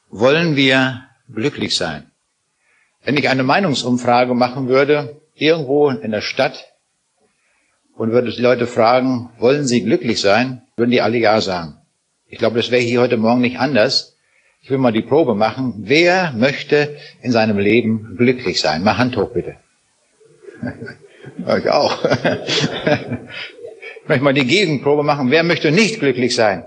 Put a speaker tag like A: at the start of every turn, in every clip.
A: Wollen wir glücklich sein? Wenn ich eine Meinungsumfrage machen würde, irgendwo in der Stadt, und würde die Leute fragen, wollen sie glücklich sein, würden die alle Ja sagen. Ich glaube, das wäre hier heute Morgen nicht anders. Ich will mal die Probe machen. Wer möchte in seinem Leben glücklich sein? Mal Hand hoch, bitte. Ich auch. Ich möchte mal die Gegenprobe machen. Wer möchte nicht glücklich sein?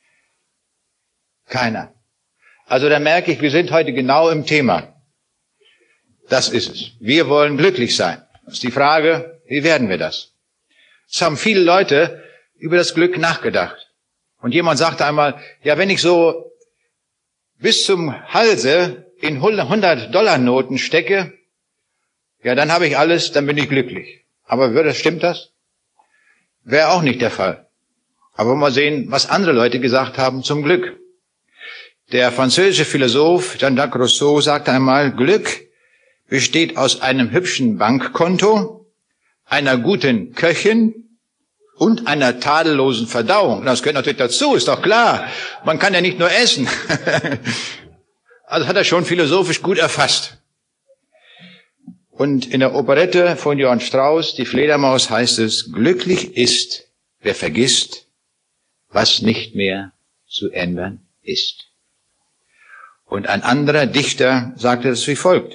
A: Keiner. Also da merke ich, wir sind heute genau im Thema. Das ist es. Wir wollen glücklich sein. Das ist die Frage, wie werden wir das? Es haben viele Leute über das Glück nachgedacht. Und jemand sagte einmal, ja, wenn ich so bis zum Halse in 100-Dollar-Noten stecke, ja, dann habe ich alles, dann bin ich glücklich. Aber stimmt das? Wäre auch nicht der Fall. Aber mal sehen, was andere Leute gesagt haben zum Glück. Der französische Philosoph Jean-Jacques Rousseau sagte einmal, Glück besteht aus einem hübschen Bankkonto, einer guten Köchin und einer tadellosen Verdauung. Das gehört natürlich dazu, ist doch klar. Man kann ja nicht nur essen. Also hat er schon philosophisch gut erfasst. Und in der Operette von Johann Strauss, Die Fledermaus, heißt es, glücklich ist, wer vergisst, was nicht mehr zu ändern ist. Und ein anderer Dichter sagte es wie folgt.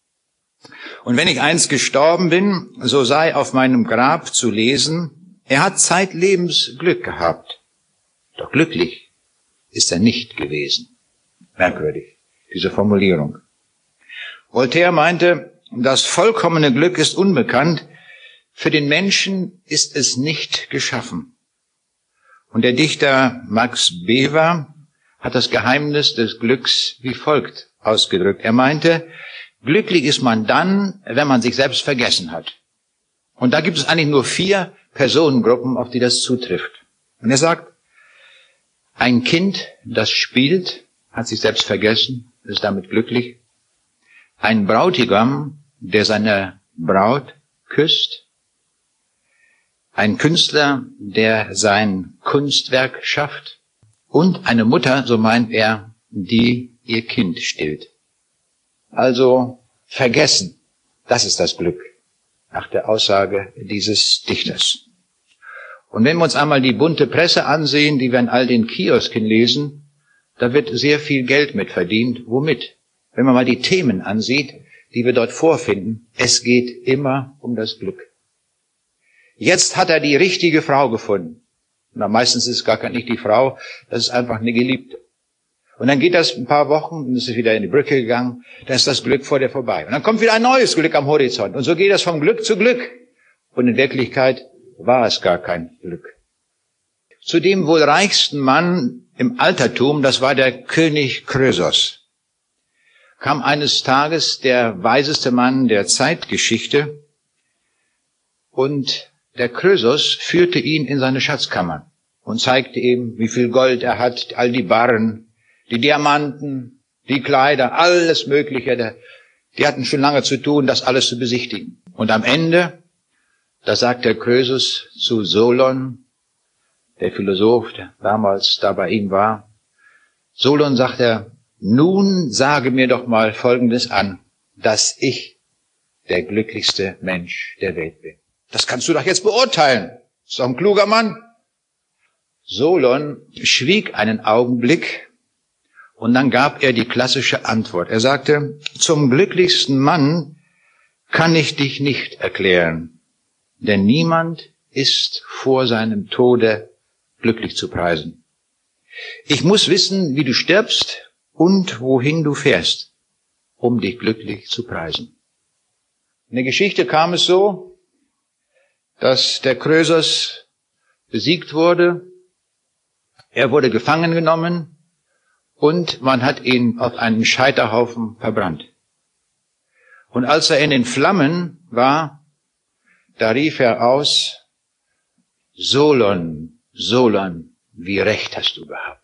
A: Und wenn ich einst gestorben bin, so sei auf meinem Grab zu lesen, er hat zeitlebens Glück gehabt. Doch glücklich ist er nicht gewesen. Merkwürdig, diese Formulierung. Voltaire meinte, das vollkommene Glück ist unbekannt. Für den Menschen ist es nicht geschaffen. Und der Dichter Max Bever hat das Geheimnis des Glücks wie folgt ausgedrückt. Er meinte, glücklich ist man dann, wenn man sich selbst vergessen hat. Und da gibt es eigentlich nur 4 Personengruppen, auf die das zutrifft. Und er sagt, ein Kind, das spielt, hat sich selbst vergessen, ist damit glücklich. Ein Bräutigam, der seine Braut küsst. Ein Künstler, der sein Kunstwerk schafft. Und eine Mutter, so meint er, die ihr Kind stillt. Also vergessen, das ist das Glück, nach der Aussage dieses Dichters. Und wenn wir uns einmal die bunte Presse ansehen, die wir in all den Kiosken lesen, da wird sehr viel Geld mit verdient. Womit? Wenn man mal die Themen ansieht, die wir dort vorfinden, es geht immer um das Glück. Jetzt hat er die richtige Frau gefunden. Na, meistens ist es gar nicht die Frau, das ist einfach eine Geliebte. Und dann geht das ein paar Wochen, und ist es wieder in die Brücke gegangen, dann ist das Glück vor dir vorbei. Und dann kommt wieder ein neues Glück am Horizont. Und so geht das vom Glück zu Glück. Und in Wirklichkeit war es gar kein Glück. Zu dem wohl reichsten Mann im Altertum, das war der König Krösos, kam eines Tages der weiseste Mann der Zeitgeschichte, und der Krösos führte ihn in seine Schatzkammern und zeigte ihm, wie viel Gold er hat, all die Barren, die Diamanten, die Kleider, alles Mögliche. Die hatten schon lange zu tun, das alles zu besichtigen. Und am Ende, da sagt der Krösus zu Solon, der Philosoph, der damals da bei ihm war, Solon sagt er, nun sage mir doch mal Folgendes an, dass ich der glücklichste Mensch der Welt bin. Das kannst du doch jetzt beurteilen. Ist doch ein kluger Mann. Solon schwieg einen Augenblick und dann gab er die klassische Antwort. Er sagte, zum glücklichsten Mann kann ich dich nicht erklären, denn niemand ist vor seinem Tode glücklich zu preisen. Ich muss wissen, wie du stirbst und wohin du fährst, um dich glücklich zu preisen. In der Geschichte kam es so, dass der Krösos besiegt wurde. Er wurde gefangen genommen und man hat ihn auf einen Scheiterhaufen verbrannt. Und als er in den Flammen war, da rief er aus, Solon, Solon, wie recht hast du gehabt.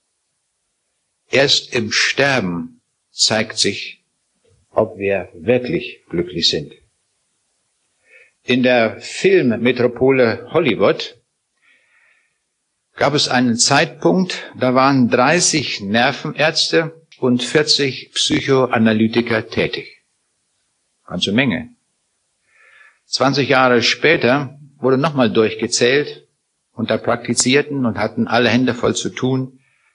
A: Erst im Sterben zeigt sich, ob wir wirklich glücklich sind. In der Filmmetropole Hollywood gab es einen Zeitpunkt, da waren 30 Nervenärzte 46 Psychoanalytiker tätig. Ganze Menge. 20 Jahre später wurde nochmal durchgezählt und da praktizierten und hatten alle Hände voll zu tun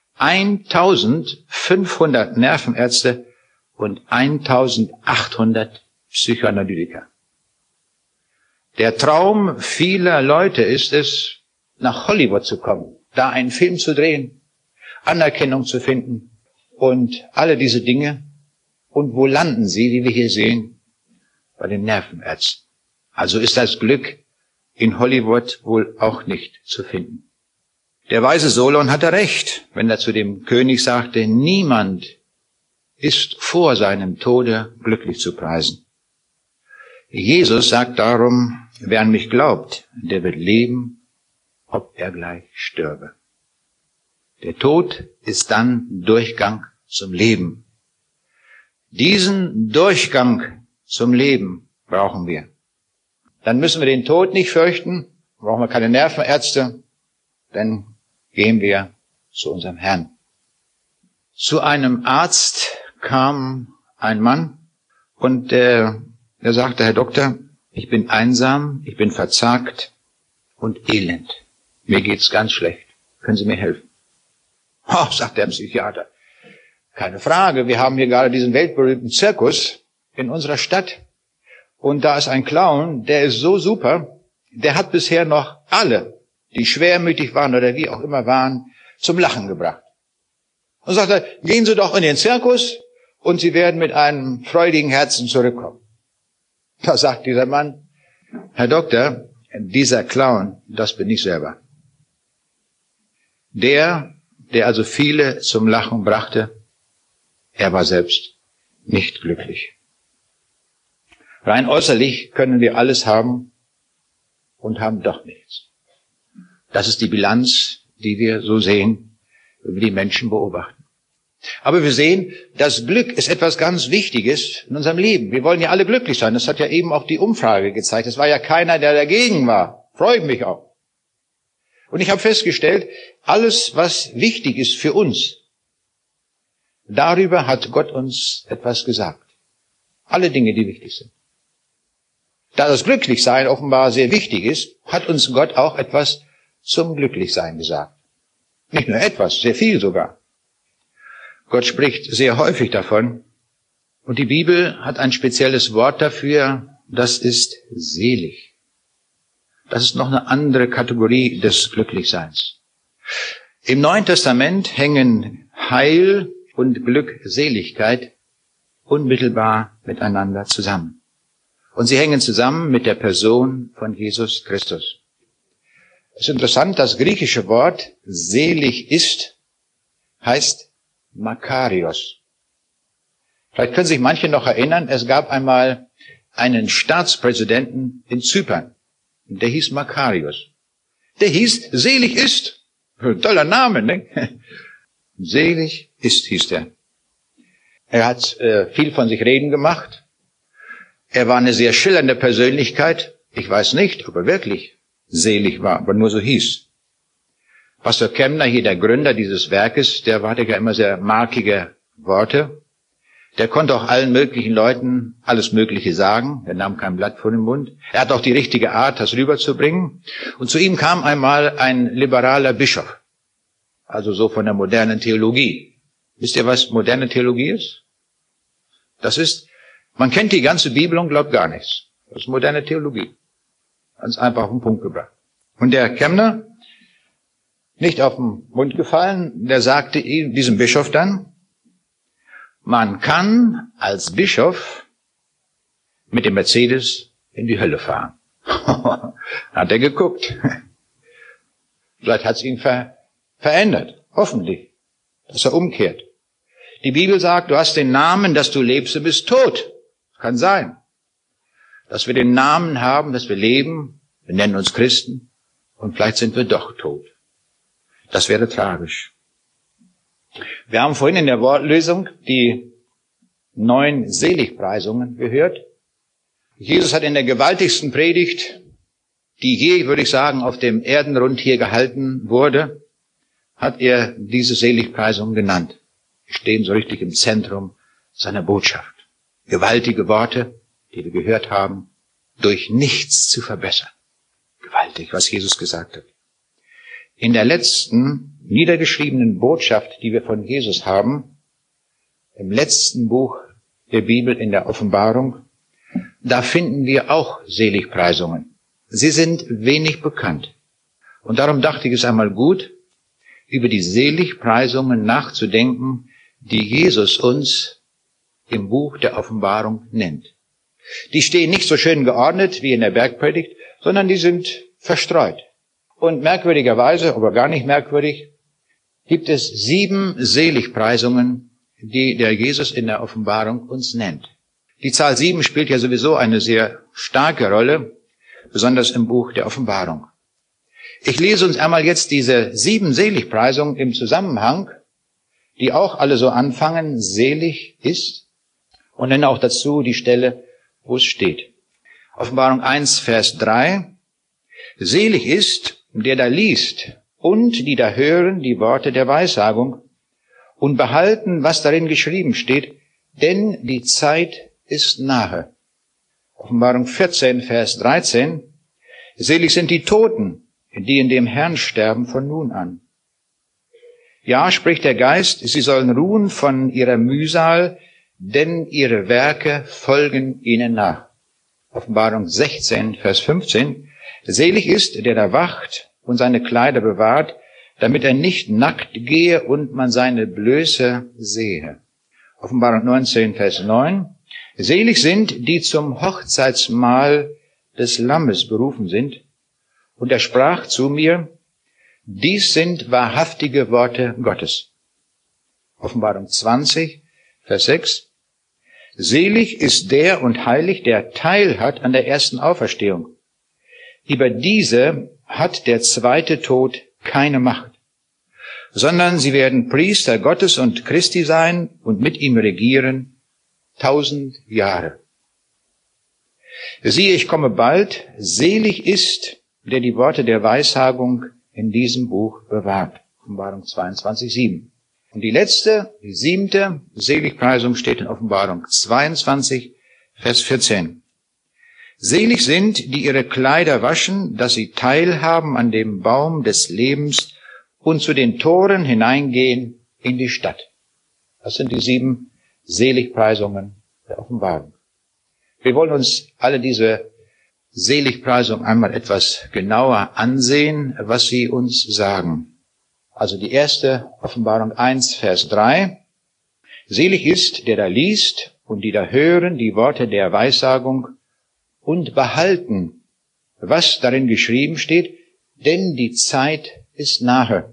A: 1500 Nervenärzte und 1800 Psychoanalytiker. Der Traum vieler Leute ist es, nach Hollywood zu kommen, da einen Film zu drehen, Anerkennung zu finden und alle diese Dinge. Und wo landen sie, wie wir hier sehen? Bei den Nervenärzten. Also ist das Glück in Hollywood wohl auch nicht zu finden. Der weise Solon hatte recht, wenn er zu dem König sagte, niemand ist vor seinem Tode glücklich zu preisen. Jesus sagt darum, wer an mich glaubt, der wird leben, ob er gleich stürbe. Der Tod ist dann Durchgang zum Leben. Diesen Durchgang zum Leben brauchen wir. Dann müssen wir den Tod nicht fürchten, brauchen wir keine Nervenärzte, dann gehen wir zu unserem Herrn. Zu einem Arzt kam ein Mann und er sagte, Herr Doktor, ich bin einsam, ich bin verzagt und elend. Mir geht's ganz schlecht. Können Sie mir helfen? Oh, sagt der Psychiater, keine Frage, wir haben hier gerade diesen weltberühmten Zirkus in unserer Stadt. Und da ist ein Clown, der ist so super, der hat bisher noch alle, die schwermütig waren oder wie auch immer waren, zum Lachen gebracht. Und sagt er, gehen Sie doch in den Zirkus und Sie werden mit einem freudigen Herzen zurückkommen. Da sagt dieser Mann, Herr Doktor, dieser Clown, das bin ich selber. Der also viele zum Lachen brachte, er war selbst nicht glücklich. Rein äußerlich können wir alles haben und haben doch nichts. Das ist die Bilanz, die wir so sehen, wenn wir die Menschen beobachten. Aber wir sehen, das Glück ist etwas ganz Wichtiges in unserem Leben. Wir wollen ja alle glücklich sein. Das hat ja eben auch die Umfrage gezeigt. Es war ja keiner, der dagegen war. Freut mich auch. Und ich habe festgestellt, alles, was wichtig ist für uns, darüber hat Gott uns etwas gesagt. Alle Dinge, die wichtig sind. Da das Glücklichsein offenbar sehr wichtig ist, hat uns Gott auch etwas zum Glücklichsein gesagt. Nicht nur etwas, sehr viel sogar. Gott spricht sehr häufig davon. Und die Bibel hat ein spezielles Wort dafür, das ist selig. Das ist noch eine andere Kategorie des Glücklichseins. Im Neuen Testament hängen Heil und Glückseligkeit unmittelbar miteinander zusammen. Und sie hängen zusammen mit der Person von Jesus Christus. Es ist interessant, das griechische Wort selig ist, heißt Makarios. Vielleicht können sich manche noch erinnern, es gab einmal einen Staatspräsidenten in Zypern. Der hieß Makarios. Der hieß selig ist. Toller Name, ne? Selig ist hieß der. Er hat viel von sich reden gemacht. Er war eine sehr schillernde Persönlichkeit. Ich weiß nicht, ob er wirklich selig war, aber nur so hieß. Pastor Kemner, hier der Gründer dieses Werkes, der hatte ja immer sehr markige Worte. Der konnte auch allen möglichen Leuten alles Mögliche sagen. Er nahm kein Blatt vor den Mund. Er hat auch die richtige Art, das rüberzubringen. Und zu ihm kam einmal ein liberaler Bischof. Also so von der modernen Theologie. Wisst ihr, was moderne Theologie ist? Das ist, man kennt die ganze Bibel und glaubt gar nichts. Das ist moderne Theologie. Ganz einfach auf den Punkt gebracht. Und der Kemner, nicht auf den Mund gefallen, der sagte diesem Bischof dann, man kann als Bischof mit dem Mercedes in die Hölle fahren. Hat er geguckt. Vielleicht hat es ihn verändert. Hoffentlich, dass er umkehrt. Die Bibel sagt, du hast den Namen, dass du lebst, du bist tot. Kann sein. Dass wir den Namen haben, dass wir leben, wir nennen uns Christen und vielleicht sind wir doch tot. Das wäre tragisch. Wir haben vorhin in der Wortlösung die 9 Seligpreisungen gehört. Jesus hat in der gewaltigsten Predigt, die je, würde ich sagen, auf dem Erdenrund hier gehalten wurde, hat er diese Seligpreisung genannt. stehen so richtig im Zentrum seiner Botschaft. Gewaltige Worte, die wir gehört haben, durch nichts zu verbessern. Gewaltig, was Jesus gesagt hat. In der letzten niedergeschriebenen Botschaft, die wir von Jesus haben, im letzten Buch der Bibel in der Offenbarung, da finden wir auch Seligpreisungen. Sie sind wenig bekannt. Und darum dachte ich es einmal gut, über die Seligpreisungen nachzudenken, die Jesus uns im Buch der Offenbarung nennt. Die stehen nicht so schön geordnet wie in der Bergpredigt, sondern die sind verstreut. Und merkwürdigerweise, aber gar nicht merkwürdig, gibt es 7 Seligpreisungen, die der Jesus in der Offenbarung uns nennt. Die Zahl 7 spielt ja sowieso eine sehr starke Rolle, besonders im Buch der Offenbarung. Ich lese uns einmal jetzt diese 7 Seligpreisungen im Zusammenhang, die auch alle so anfangen, selig ist, und nenne auch dazu die Stelle, wo es steht. Offenbarung 1, Vers 3. Selig ist, der da liest und die da hören die Worte der Weissagung und behalten, was darin geschrieben steht, denn die Zeit ist nahe. Offenbarung 14, Vers 13. Selig sind die Toten, die in dem Herrn sterben von nun an. Ja, spricht der Geist, sie sollen ruhen von ihrer Mühsal, denn ihre Werke folgen ihnen nach. Offenbarung 16, Vers 15. Selig ist, der da wacht und seine Kleider bewahrt, damit er nicht nackt gehe und man seine Blöße sehe. Offenbarung 19, Vers 9. Selig sind, die zum Hochzeitsmahl des Lammes berufen sind. Und er sprach zu mir, dies sind wahrhaftige Worte Gottes. Offenbarung 20, Vers 6. Selig ist der und heilig, der Teil hat an der ersten Auferstehung. Über diese hat der zweite Tod keine Macht, sondern sie werden Priester Gottes und Christi sein und mit ihm regieren 1000 Jahre. Siehe, ich komme bald, selig ist, der die Worte der Weissagung in diesem Buch bewahrt. Offenbarung 22, 7. Und die letzte, die 7. Seligpreisung steht in Offenbarung 22, Vers 14. Selig sind, die ihre Kleider waschen, dass sie teilhaben an dem Baum des Lebens und zu den Toren hineingehen in die Stadt. Das sind die 7 Seligpreisungen der Offenbarung. Wir wollen uns alle diese Seligpreisung einmal etwas genauer ansehen, was sie uns sagen. Also die erste, Offenbarung 1, Vers 3. Selig ist, der da liest und die da hören die Worte der Weissagung und behalten, was darin geschrieben steht, denn die Zeit ist nahe.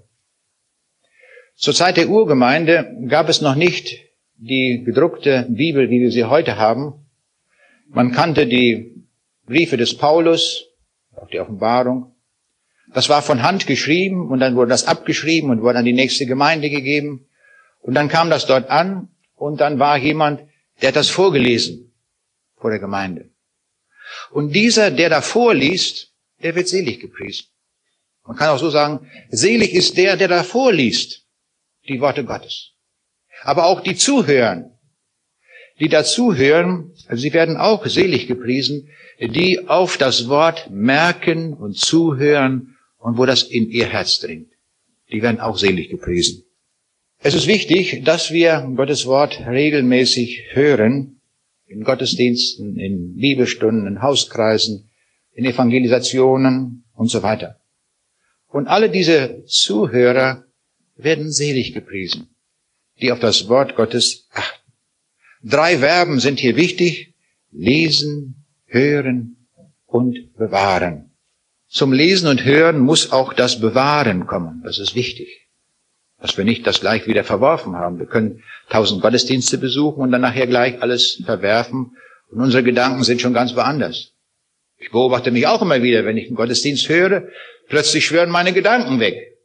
A: Zur Zeit der Urgemeinde gab es noch nicht die gedruckte Bibel, wie wir sie heute haben. Man kannte die Briefe des Paulus, auch die Offenbarung. Das war von Hand geschrieben und dann wurde das abgeschrieben und wurde an die nächste Gemeinde gegeben. Und dann kam das dort an und dann war jemand, der hat das vorgelesen vor der Gemeinde. Und dieser, der da vorliest, der wird selig gepriesen. Man kann auch so sagen, selig ist der, der da vorliest, die Worte Gottes. Aber auch die zuhören, die dazuhören, sie werden auch selig gepriesen, die auf das Wort merken und zuhören und wo das in ihr Herz dringt. Die werden auch selig gepriesen. Es ist wichtig, dass wir Gottes Wort regelmäßig hören, in Gottesdiensten, in Bibelstunden, in Hauskreisen, in Evangelisationen und so weiter. Und alle diese Zuhörer werden selig gepriesen, die auf das Wort Gottes achten. 3 Verben sind hier wichtig: lesen, hören und bewahren. Zum Lesen und Hören muss auch das Bewahren kommen. Das ist wichtig, dass wir nicht das gleich wieder verworfen haben. Wir können 1000 Gottesdienste besuchen und dann nachher gleich alles verwerfen und unsere Gedanken sind schon ganz woanders. Ich beobachte mich auch immer wieder, wenn ich einen Gottesdienst höre, plötzlich schwirren meine Gedanken weg.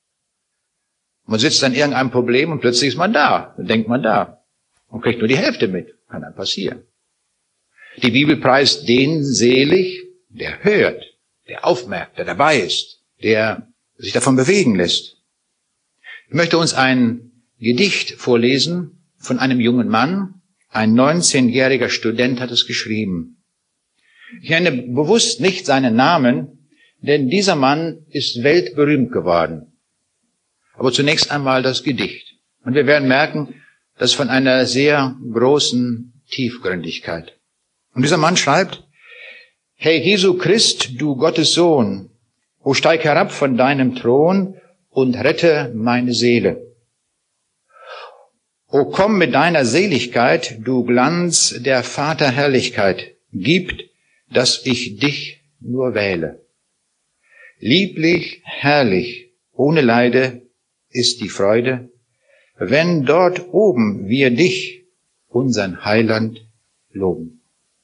A: Man sitzt an irgendeinem Problem und plötzlich ist man da, dann denkt man da und kriegt nur die Hälfte mit. Kann dann passieren. Die Bibel preist den selig, der hört, der aufmerkt, der dabei ist, der sich davon bewegen lässt. Ich möchte uns ein Gedicht vorlesen von einem jungen Mann. Ein 19-jähriger Student hat es geschrieben. Ich nenne bewusst nicht seinen Namen, denn dieser Mann ist weltberühmt geworden. Aber zunächst einmal das Gedicht. Und wir werden merken, das von einer sehr großen Tiefgründigkeit. Und dieser Mann schreibt: Herr Jesu Christ, du Gottes Sohn, o steig herab von deinem Thron und rette meine Seele. O komm mit deiner Seligkeit, du Glanz der Vaterherrlichkeit, gib, dass ich dich nur wähle. Lieblich, herrlich, ohne Leide ist die Freude, wenn dort oben wir dich, unseren Heiland, loben.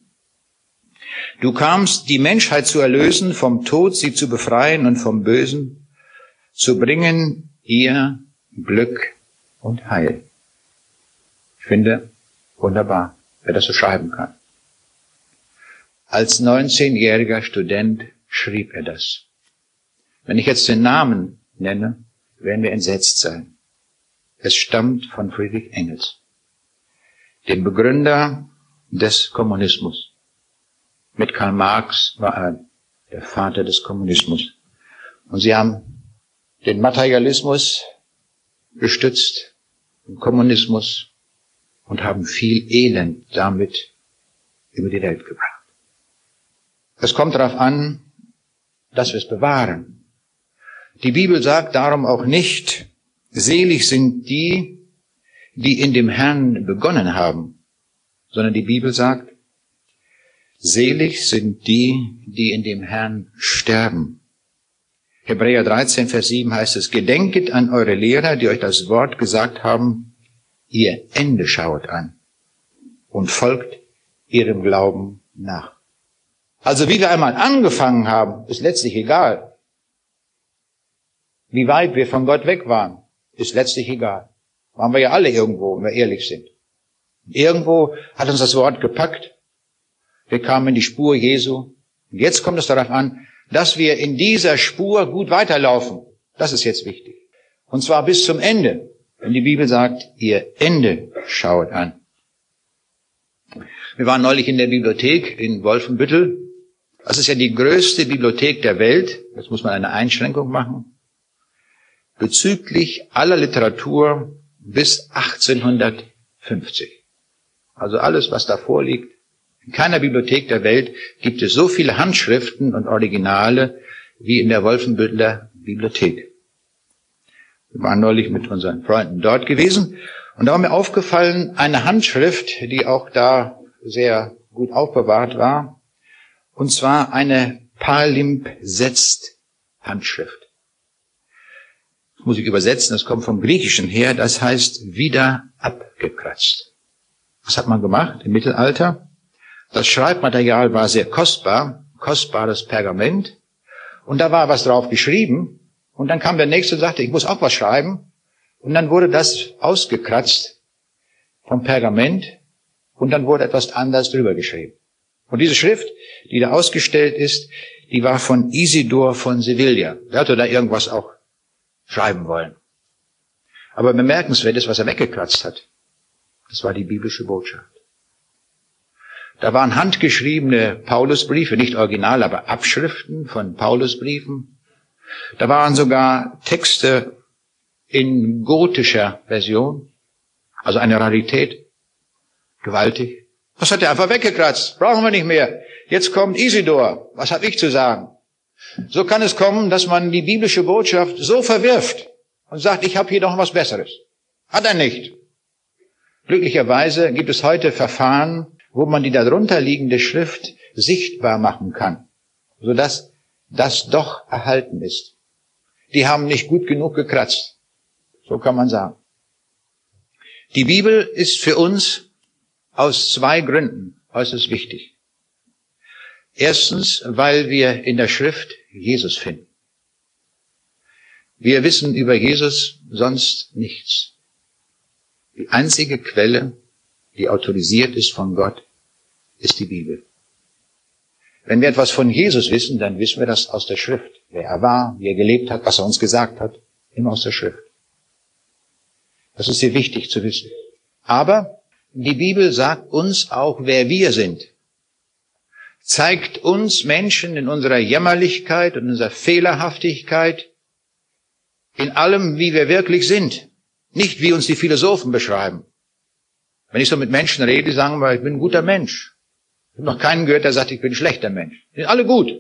A: Du kamst, die Menschheit zu erlösen, vom Tod sie zu befreien und vom Bösen zu bringen, ihr Glück und Heil. Ich finde, wunderbar, wer das so schreiben kann. Als 19-jähriger Student schrieb er das. Wenn ich jetzt den Namen nenne, werden wir entsetzt sein. Es stammt von Friedrich Engels, dem Begründer des Kommunismus. Mit Karl Marx war er der Vater des Kommunismus. Und sie haben den Materialismus gestützt, den Kommunismus, und haben viel Elend damit über die Welt gebracht. Es kommt darauf an, dass wir es bewahren. Die Bibel sagt darum auch nicht, selig sind die, die in dem Herrn begonnen haben, sondern die Bibel sagt, selig sind die, die in dem Herrn sterben. Hebräer 13, Vers 7 heißt es, gedenket an eure Lehrer, die euch das Wort gesagt haben, ihr Ende schaut an und folgt ihrem Glauben nach. Also wie wir einmal angefangen haben, ist letztlich egal. Wie weit wir von Gott weg waren, ist letztlich egal. Waren wir ja alle irgendwo, wenn wir ehrlich sind. Irgendwo hat uns das Wort gepackt. Wir kamen in die Spur Jesu. Und jetzt kommt es darauf an, dass wir in dieser Spur gut weiterlaufen. Das ist jetzt wichtig. Und zwar bis zum Ende. Wenn die Bibel sagt, ihr Ende schaut an. Wir waren neulich in der Bibliothek in Wolfenbüttel. Das ist ja die größte Bibliothek der Welt. Jetzt muss man eine Einschränkung machen. Bezüglich aller Literatur bis 1850. Also alles, was da vorliegt. In keiner Bibliothek der Welt gibt es so viele Handschriften und Originale wie in der Wolfenbütteler Bibliothek. Wir waren neulich mit unseren Freunden dort gewesen und da war mir aufgefallen, eine Handschrift, die auch da sehr gut aufbewahrt war, und zwar eine Palimpsest-Handschrift. Das muss ich übersetzen, das kommt vom Griechischen her, das heißt wieder abgekratzt. Was hat man gemacht im Mittelalter? Das Schreibmaterial war sehr kostbar, kostbares Pergament, und da war was drauf geschrieben. Und dann kam der Nächste und sagte, ich muss auch was schreiben. Und dann wurde das ausgekratzt vom Pergament und dann wurde etwas anderes drüber geschrieben. Und diese Schrift, die da ausgestellt ist, die war von Isidor von Sevilla. Der hatte da irgendwas auch schreiben wollen. Aber bemerkenswert ist, was er weggekratzt hat. Das war die biblische Botschaft. Da waren handgeschriebene Paulusbriefe, nicht original, aber Abschriften von Paulusbriefen. Da waren sogar Texte in gotischer Version, also eine Rarität, gewaltig. Das hat er einfach weggekratzt, brauchen wir nicht mehr. Jetzt kommt Isidor, was habe ich zu sagen? So kann es kommen, dass man die biblische Botschaft so verwirft und sagt, ich habe hier noch was Besseres. Hat er nicht. Glücklicherweise gibt es heute Verfahren, wo man die darunter liegende Schrift sichtbar machen kann, sodass das doch erhalten ist. Die haben nicht gut genug gekratzt. So kann man sagen. Die Bibel ist für uns aus zwei Gründen äußerst wichtig. Erstens, weil wir in der Schrift Jesus finden. Wir wissen über Jesus sonst nichts. Die einzige Quelle, die autorisiert ist von Gott, ist die Bibel. Wenn wir etwas von Jesus wissen, dann wissen wir das aus der Schrift. Wer er war, wie er gelebt hat, was er uns gesagt hat, immer aus der Schrift. Das ist sehr wichtig zu wissen. Aber die Bibel sagt uns auch, wer wir sind. Zeigt uns Menschen in unserer Jämmerlichkeit und unserer Fehlerhaftigkeit, in allem, wie wir wirklich sind. Nicht, wie uns die Philosophen beschreiben. Wenn ich so mit Menschen rede, die sagen wir, ich bin ein guter Mensch. Ich habe noch keinen gehört, der sagt, ich bin ein schlechter Mensch. Die sind alle gut.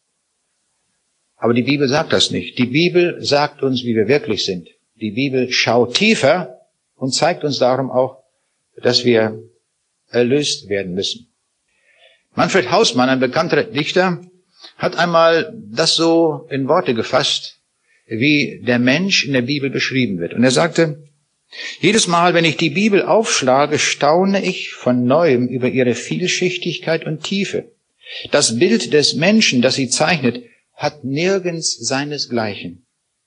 A: Aber die Bibel sagt das nicht. Die Bibel sagt uns, wie wir wirklich sind. Die Bibel schaut tiefer und zeigt uns darum auch, dass wir erlöst werden müssen. Manfred Hausmann, ein bekannter Dichter, hat einmal das so in Worte gefasst, wie der Mensch in der Bibel beschrieben wird. Und er sagte, jedes Mal, wenn ich die Bibel aufschlage, staune ich von Neuem über ihre Vielschichtigkeit und Tiefe. Das Bild des Menschen, das sie zeichnet, hat nirgends seinesgleichen.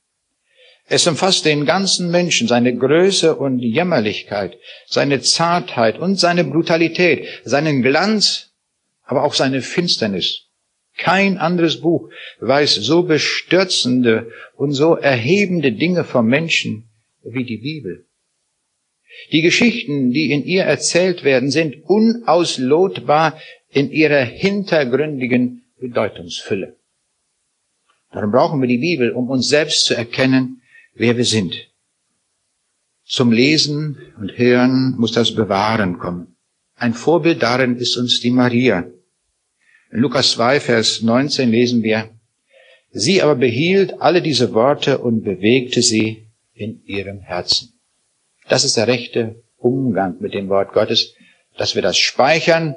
A: Es umfasst den ganzen Menschen, seine Größe und Jämmerlichkeit, seine Zartheit und seine Brutalität, seinen Glanz, aber auch seine Finsternis. Kein anderes Buch weiß so bestürzende und so erhebende Dinge vom Menschen wie die Bibel. Die Geschichten, die in ihr erzählt werden, sind unauslotbar in ihrer hintergründigen Bedeutungsfülle. Darum brauchen wir die Bibel, um uns selbst zu erkennen, wer wir sind. Zum Lesen und Hören muss das Bewahren kommen. Ein Vorbild darin ist uns die Maria. In Lukas 2, Vers 19 lesen wir, sie aber behielt alle diese Worte und bewegte sie in ihrem Herzen. Das ist der rechte Umgang mit dem Wort Gottes, dass wir das speichern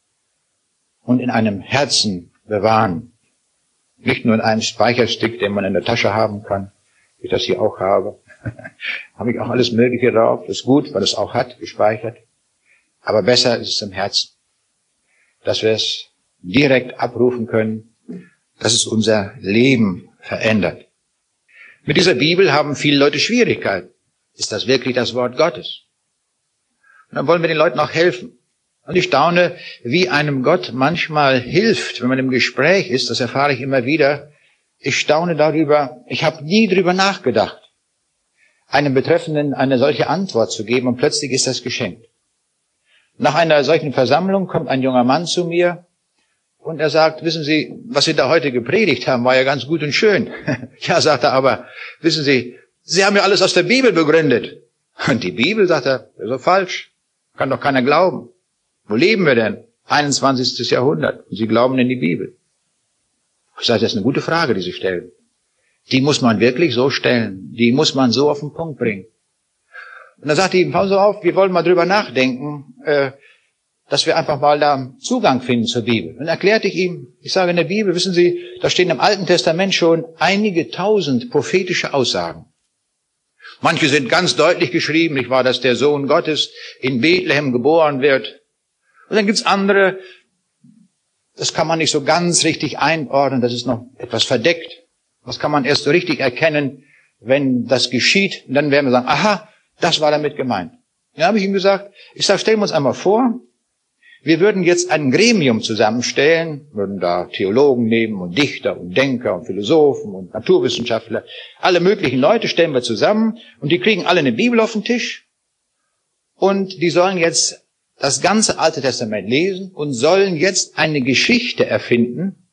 A: und in einem Herzen bewahren. Nicht nur in einem Speicherstick, den man in der Tasche haben kann, wie ich das hier auch habe. Habe ich auch alles Mögliche drauf. Das ist gut, weil es auch hat, gespeichert. Aber besser ist es im Herzen, dass wir es direkt abrufen können, dass es unser Leben verändert. Mit dieser Bibel haben viele Leute Schwierigkeiten. Ist das wirklich das Wort Gottes? Und dann wollen wir den Leuten auch helfen. Und ich staune, wie einem Gott manchmal hilft, wenn man im Gespräch ist, das erfahre ich immer wieder. Ich staune darüber, ich habe nie darüber nachgedacht, einem Betreffenden eine solche Antwort zu geben, und plötzlich ist das geschenkt. Nach einer solchen Versammlung kommt ein junger Mann zu mir und er sagt, wissen Sie, was Sie da heute gepredigt haben, war ja ganz gut und schön. Ja, sagt er, aber wissen Sie, Sie haben ja alles aus der Bibel begründet. Und die Bibel, sagt er, ist so falsch. Kann doch keiner glauben. Wo leben wir denn? 21. Jahrhundert. Und Sie glauben in die Bibel. Ich sage, das ist eine gute Frage, die Sie stellen. Die muss man wirklich so stellen. Die muss man so auf den Punkt bringen. Und dann sagt er ihm, pass auf, wir wollen mal drüber nachdenken, dass wir einfach mal da Zugang finden zur Bibel. Und dann erklärte ich ihm, ich sage in der Bibel, wissen Sie, da stehen im Alten Testament schon einige tausend prophetische Aussagen. Manche sind ganz deutlich geschrieben, nicht wahr, dass der Sohn Gottes in Bethlehem geboren wird. Und dann gibt's andere, das kann man nicht so ganz richtig einordnen, das ist noch etwas verdeckt. Das kann man erst so richtig erkennen, wenn das geschieht. Und dann werden wir sagen, aha, das war damit gemeint. Dann habe ich ihm gesagt, stellen wir uns einmal vor, wir würden jetzt ein Gremium zusammenstellen, würden da Theologen nehmen und Dichter und Denker und Philosophen und Naturwissenschaftler, alle möglichen Leute stellen wir zusammen und die kriegen alle eine Bibel auf den Tisch und die sollen jetzt das ganze Alte Testament lesen und sollen jetzt eine Geschichte erfinden,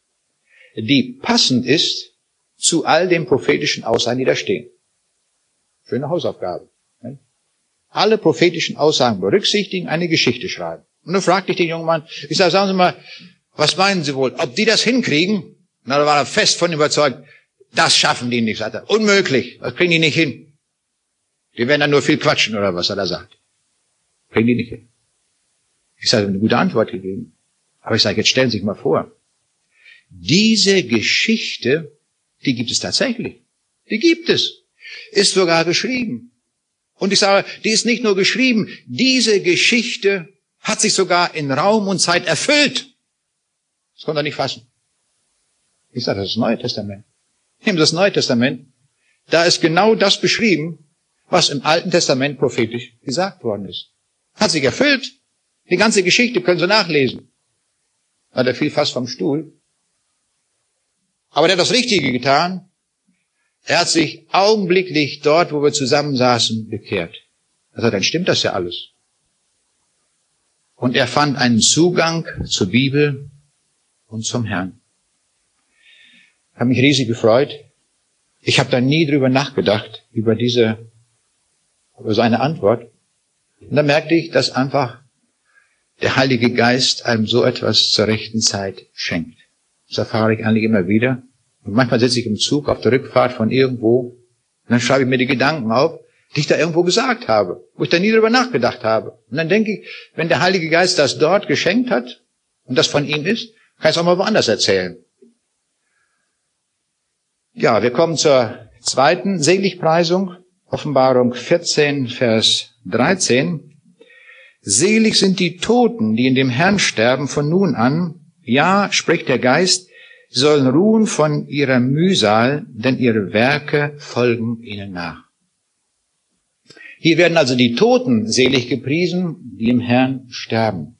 A: die passend ist zu all den prophetischen Aussagen, die da stehen. Schöne Hausaufgabe. Alle prophetischen Aussagen berücksichtigen, eine Geschichte schreiben. Und dann fragte ich den jungen Mann, ich sage, sagen Sie mal, was meinen Sie wohl, ob die das hinkriegen? Na, da war er fest von überzeugt, das schaffen die nicht, sagt er. Unmöglich, das kriegen die nicht hin. Die werden dann nur viel quatschen, oder was er da sagt. Kriegen die nicht hin. Ich sage, eine gute Antwort gegeben. Aber ich sage, jetzt stellen Sie sich mal vor, diese Geschichte, die gibt es tatsächlich. Die gibt es. Ist sogar geschrieben. Und ich sage, die ist nicht nur geschrieben, diese Geschichte hat sich sogar in Raum und Zeit erfüllt. Das konnte er nicht fassen. Ich sage, das ist das Neue Testament. Nehmen Sie das Neue Testament. Da ist genau das beschrieben, was im Alten Testament prophetisch gesagt worden ist. Hat sich erfüllt. Die ganze Geschichte können Sie nachlesen. Er fiel fast vom Stuhl. Aber der hat das Richtige getan. Er hat sich augenblicklich dort, wo wir zusammen saßen, bekehrt. Also dann stimmt das ja alles. Und er fand einen Zugang zur Bibel und zum Herrn. Ich habe mich riesig gefreut. Ich habe da nie drüber nachgedacht, über seine Antwort. Und dann merkte ich, dass einfach der Heilige Geist einem so etwas zur rechten Zeit schenkt. Das erfahre ich eigentlich immer wieder. Und manchmal sitze ich im Zug auf der Rückfahrt von irgendwo und dann schreibe ich mir die Gedanken auf, die ich da irgendwo gesagt habe, wo ich da nie drüber nachgedacht habe. Und dann denke ich, wenn der Heilige Geist das dort geschenkt hat und das von ihm ist, kann ich es auch mal woanders erzählen. Ja, wir kommen zur zweiten Seligpreisung, Offenbarung 14, Vers 13. Selig sind die Toten, die in dem Herrn sterben von nun an. Ja, spricht der Geist, sie sollen ruhen von ihrer Mühsal, denn ihre Werke folgen ihnen nach. Hier werden also die Toten selig gepriesen, die im Herrn sterben.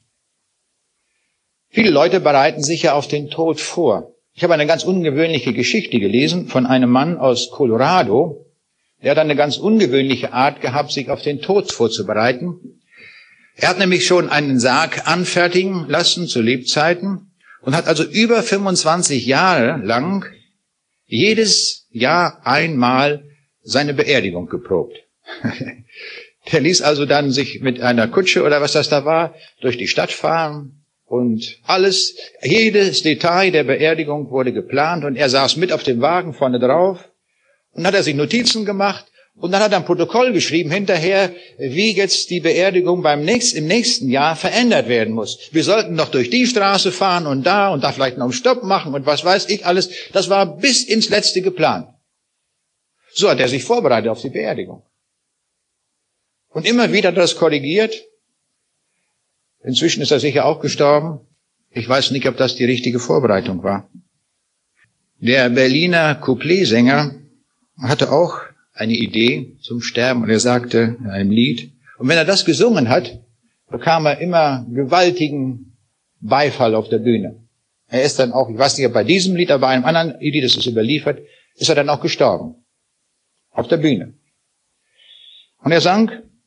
A: Viele Leute bereiten sich ja auf den Tod vor. Ich habe eine ganz ungewöhnliche Geschichte gelesen von einem Mann aus Colorado. Der hat eine ganz ungewöhnliche Art gehabt, sich auf den Tod vorzubereiten. Er hat nämlich schon einen Sarg anfertigen lassen zu Lebzeiten und hat also über 25 Jahre lang jedes Jahr einmal seine Beerdigung geprobt. Der ließ also dann sich mit einer Kutsche oder was das da war, durch die Stadt fahren und alles, jedes Detail der Beerdigung wurde geplant und er saß mit auf dem Wagen vorne drauf und hat er sich Notizen gemacht und dann hat er ein Protokoll geschrieben hinterher, wie jetzt die Beerdigung im nächsten Jahr verändert werden muss. Wir sollten noch durch die Straße fahren und da vielleicht noch einen Stopp machen und was weiß ich alles. Das war bis ins Letzte geplant. So hat er sich vorbereitet auf die Beerdigung. Und immer wieder hat er das korrigiert. Inzwischen ist er sicher auch gestorben. Ich weiß nicht, ob das die richtige Vorbereitung war. Der Berliner Coupletsänger hatte auch eine Idee zum Sterben und er sagte in einem Lied, und wenn er das gesungen hat, bekam er immer gewaltigen Beifall auf der Bühne. Er ist dann auch, ich weiß nicht, ob bei diesem Lied, aber bei einem anderen Lied, das ist überliefert, ist er dann auch gestorben. Auf der Bühne. Und er sang,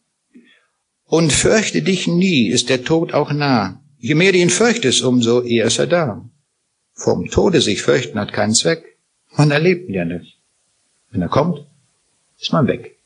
A: und fürchte dich nie, ist der Tod auch nah. Je mehr du ihn fürchtest, umso eher ist er da. Vom Tode sich fürchten hat keinen Zweck. Man erlebt ihn ja nicht. Wenn er kommt, ist man weg.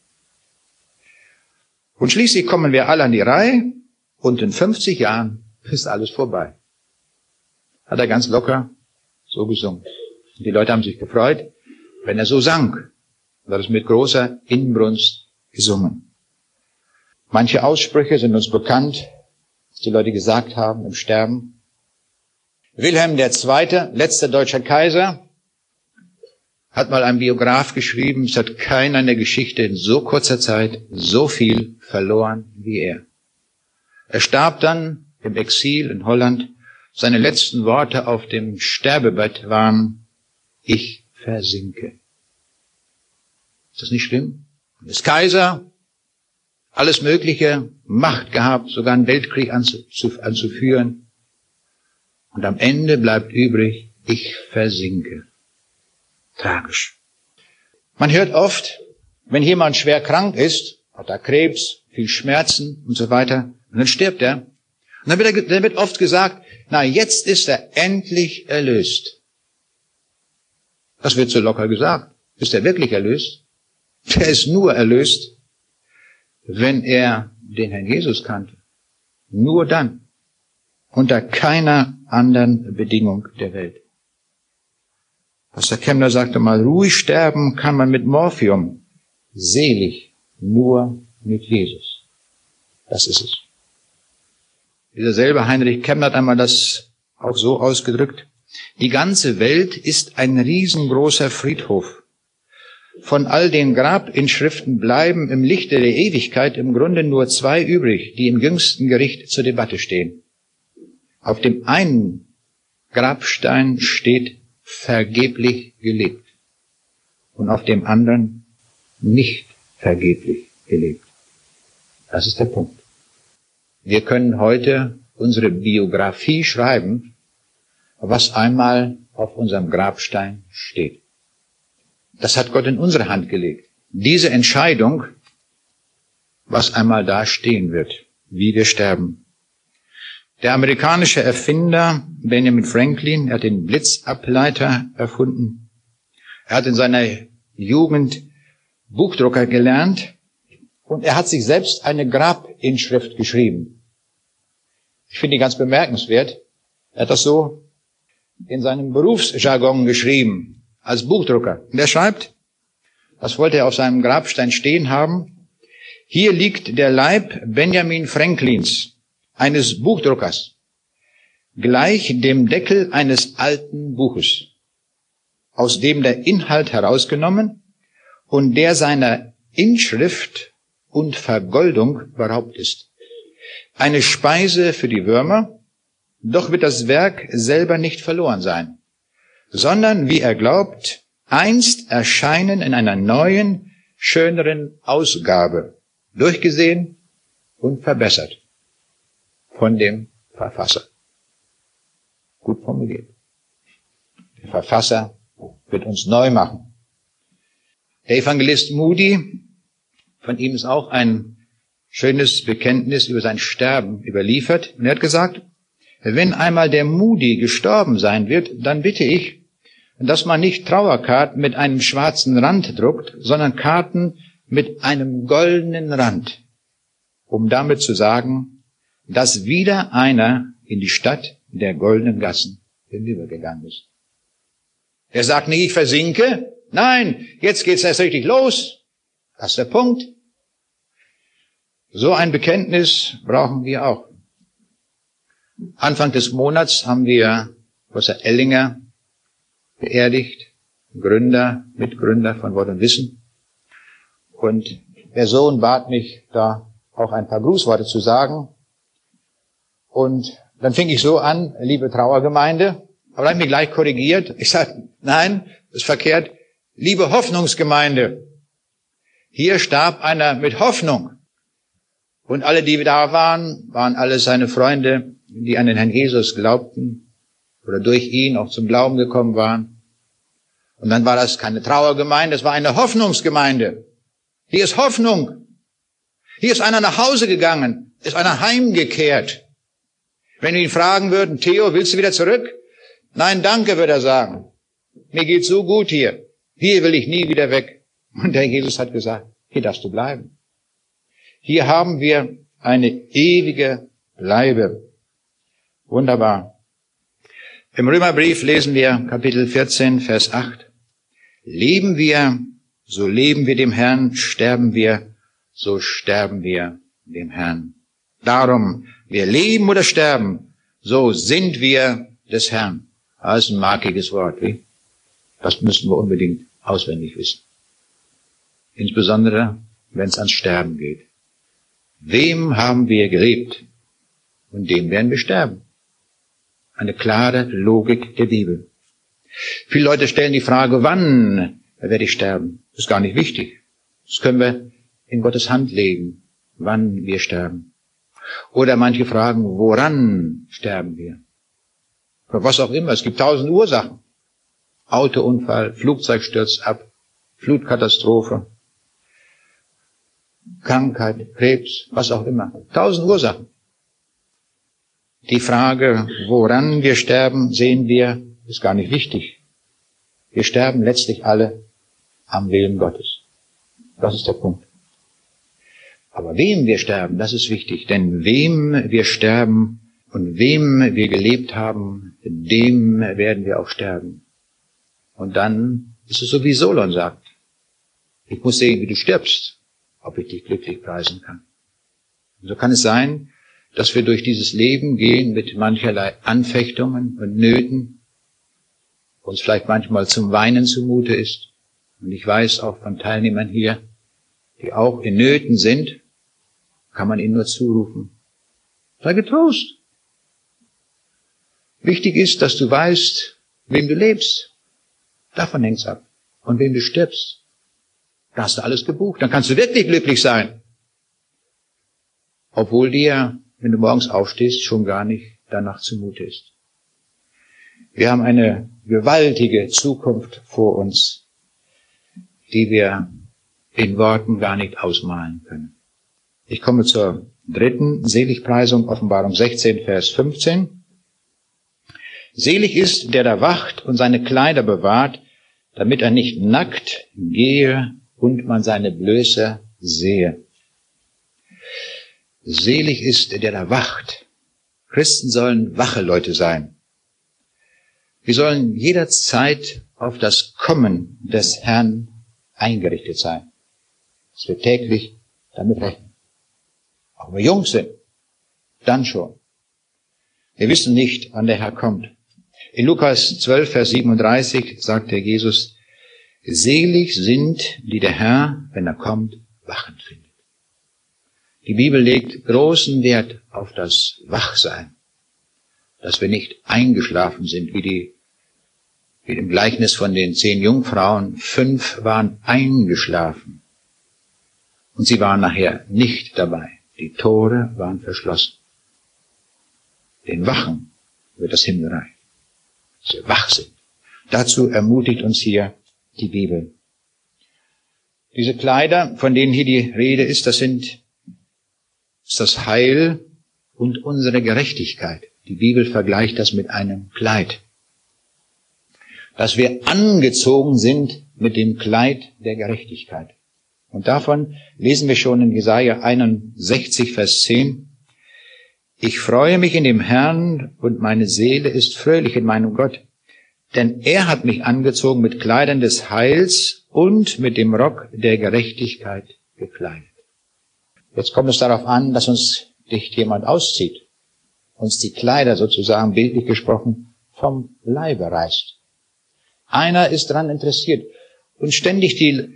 A: Und schließlich kommen wir alle an die Reihe und in 50 Jahren ist alles vorbei. Hat er ganz locker so gesungen. Und die Leute haben sich gefreut, wenn er so sang. Und hat es mit großer Inbrunst gesungen. Manche Aussprüche sind uns bekannt, was die Leute gesagt haben im Sterben. Wilhelm II., letzter deutscher Kaiser, hat mal ein Biograf geschrieben, es hat keiner in der Geschichte in so kurzer Zeit so viel verloren wie er. Er starb dann im Exil in Holland. Seine letzten Worte auf dem Sterbebett waren, ich versinke. Ist das nicht schlimm? Er ist Kaiser, alles Mögliche, Macht gehabt, sogar einen Weltkrieg anzuführen. Und am Ende bleibt übrig, ich versinke. Tragisch. Man hört oft, wenn jemand schwer krank ist, hat er Krebs, viel Schmerzen und so weiter, und dann stirbt er. Und dann wird oft gesagt, na, jetzt ist er endlich erlöst. Das wird so locker gesagt. Ist er wirklich erlöst? Der ist nur erlöst, wenn er den Herrn Jesus kannte. Nur dann. Unter keiner anderen Bedingung der Welt. Pastor Kemmler sagte mal, ruhig sterben kann man mit Morphium, selig nur mit Jesus. Das ist es. Dieser selbe Heinrich Kemmler hat einmal das auch so ausgedrückt. Die ganze Welt ist ein riesengroßer Friedhof. Von all den Grabinschriften bleiben im Lichte der Ewigkeit im Grunde nur 2 übrig, die im jüngsten Gericht zur Debatte stehen. Auf dem einen Grabstein steht vergeblich gelebt und auf dem anderen nicht vergeblich gelebt. Das ist der Punkt. Wir können heute unsere Biografie schreiben, was einmal auf unserem Grabstein steht. Das hat Gott in unsere Hand gelegt. Diese Entscheidung, was einmal da stehen wird, wie wir sterben. Der amerikanische Erfinder Benjamin Franklin, er hat den Blitzableiter erfunden. Er hat in seiner Jugend Buchdrucker gelernt und er hat sich selbst eine Grabinschrift geschrieben. Ich finde die ganz bemerkenswert. Er hat das so in seinem Berufsjargon geschrieben, als Buchdrucker. Und er schreibt, das wollte er auf seinem Grabstein stehen haben: Hier liegt der Leib Benjamin Franklins, eines Buchdruckers, gleich dem Deckel eines alten Buches, aus dem der Inhalt herausgenommen und der seiner Inschrift und Vergoldung beraubt ist. Eine Speise für die Würmer, doch wird das Werk selber nicht verloren sein, sondern, wie er glaubt, einst erscheinen in einer neuen, schöneren Ausgabe, durchgesehen und verbessert von dem Verfasser. Gut formuliert. Der Verfasser wird uns neu machen. Der Evangelist Moody, von ihm ist auch ein schönes Bekenntnis über sein Sterben überliefert. Und er hat gesagt, wenn einmal der Moody gestorben sein wird, dann bitte ich, dass man nicht Trauerkarten mit einem schwarzen Rand druckt, sondern Karten mit einem goldenen Rand, um damit zu sagen, dass wieder einer in die Stadt der goldenen Gassen hinübergegangen ist. Er sagt nicht, ich versinke. Nein, jetzt geht's erst richtig los. Das ist der Punkt. So ein Bekenntnis brauchen wir auch. Anfang des Monats haben wir Professor Ellinger beerdigt, Mitgründer von Wort und Wissen. Und der Sohn bat mich, da auch ein paar Grußworte zu sagen. Und dann fing ich so an, liebe Trauergemeinde, aber dann habe ich mich gleich korrigiert. Ich sagte, nein, das ist verkehrt. Liebe Hoffnungsgemeinde, hier starb einer mit Hoffnung. Und alle, die da waren, waren alle seine Freunde, die an den Herrn Jesus glaubten oder durch ihn auch zum Glauben gekommen waren. Und dann war das keine Trauergemeinde, es war eine Hoffnungsgemeinde. Hier ist Hoffnung. Hier ist einer nach Hause gegangen, ist einer heimgekehrt. Wenn wir ihn fragen würden, Theo, willst du wieder zurück? Nein, danke, würde er sagen. Mir geht's so gut hier. Hier will ich nie wieder weg. Und der Jesus hat gesagt, hier darfst du bleiben. Hier haben wir eine ewige Bleibe. Wunderbar. Im Römerbrief lesen wir Kapitel 14, Vers 8. Leben wir, so leben wir dem Herrn, sterben wir, so sterben wir dem Herrn. Darum, wir leben oder sterben, so sind wir des Herrn. Das ist ein markiges Wort, wie? Das müssen wir unbedingt auswendig wissen. Insbesondere, wenn es ans Sterben geht. Wem haben wir gelebt? Und dem werden wir sterben. Eine klare Logik der Bibel. Viele Leute stellen die Frage, wann werde ich sterben? Das ist gar nicht wichtig. Das können wir in Gottes Hand legen, wann wir sterben. Oder manche fragen, woran sterben wir? Oder was auch immer. Es gibt 1000 Ursachen. Autounfall, Flugzeug stürzt ab, Flutkatastrophe, Krankheit, Krebs, was auch immer. 1000 Ursachen. Die Frage, woran wir sterben, sehen wir, ist gar nicht wichtig. Wir sterben letztlich alle am Willen Gottes. Das ist der Punkt. Aber wem wir sterben, das ist wichtig. Denn wem wir sterben und wem wir gelebt haben, dem werden wir auch sterben. Und dann ist es so, wie Solon sagt. Ich muss sehen, wie du stirbst, ob ich dich glücklich preisen kann. Und so kann es sein, dass wir durch dieses Leben gehen mit mancherlei Anfechtungen und Nöten, uns vielleicht manchmal zum Weinen zumute ist. Und ich weiß auch von Teilnehmern hier, die auch in Nöten sind, kann man ihnen nur zurufen, sei getrost. Wichtig ist, dass du weißt, wem du lebst. Davon hängt's ab. Und wem du stirbst. Da hast du alles gebucht. Dann kannst du wirklich glücklich sein. Obwohl dir, wenn du morgens aufstehst, schon gar nicht danach zumute ist. Wir haben eine gewaltige Zukunft vor uns. die wir in Worten gar nicht ausmalen können. Ich komme zur dritten Seligpreisung, Offenbarung 16, Vers 15. Selig ist, der da wacht und seine Kleider bewahrt, damit er nicht nackt gehe und man seine Blöße sehe. Selig ist, der da wacht. Christen sollen wache Leute sein. Wir sollen jederzeit auf das Kommen des Herrn eingerichtet sein. Dass wir täglich damit rechnen. Auch wenn wir jung sind, dann schon. Wir wissen nicht, wann der Herr kommt. In Lukas 12, Vers 37 sagt der Jesus, selig sind, die der Herr, wenn er kommt, wachend findet. Die Bibel legt großen Wert auf das Wachsein, dass wir nicht eingeschlafen sind, wie im Gleichnis von den 10 Jungfrauen. 5 waren eingeschlafen und sie waren nachher nicht dabei. Die Tore waren verschlossen. Den Wachen wird das Himmelreich, dass wir wach sind. Dazu ermutigt uns hier die Bibel. Diese Kleider, von denen hier die Rede ist, das ist das Heil und unsere Gerechtigkeit. Die Bibel vergleicht das mit einem Kleid. Dass wir angezogen sind mit dem Kleid der Gerechtigkeit. Und davon lesen wir schon in Jesaja 61, Vers 10. Ich freue mich in dem Herrn und meine Seele ist fröhlich in meinem Gott. Denn er hat mich angezogen mit Kleidern des Heils und mit dem Rock der Gerechtigkeit gekleidet. Jetzt kommt es darauf an, dass uns nicht jemand auszieht, uns die Kleider sozusagen bildlich gesprochen vom Leibe reißt. Einer ist daran interessiert, uns ständig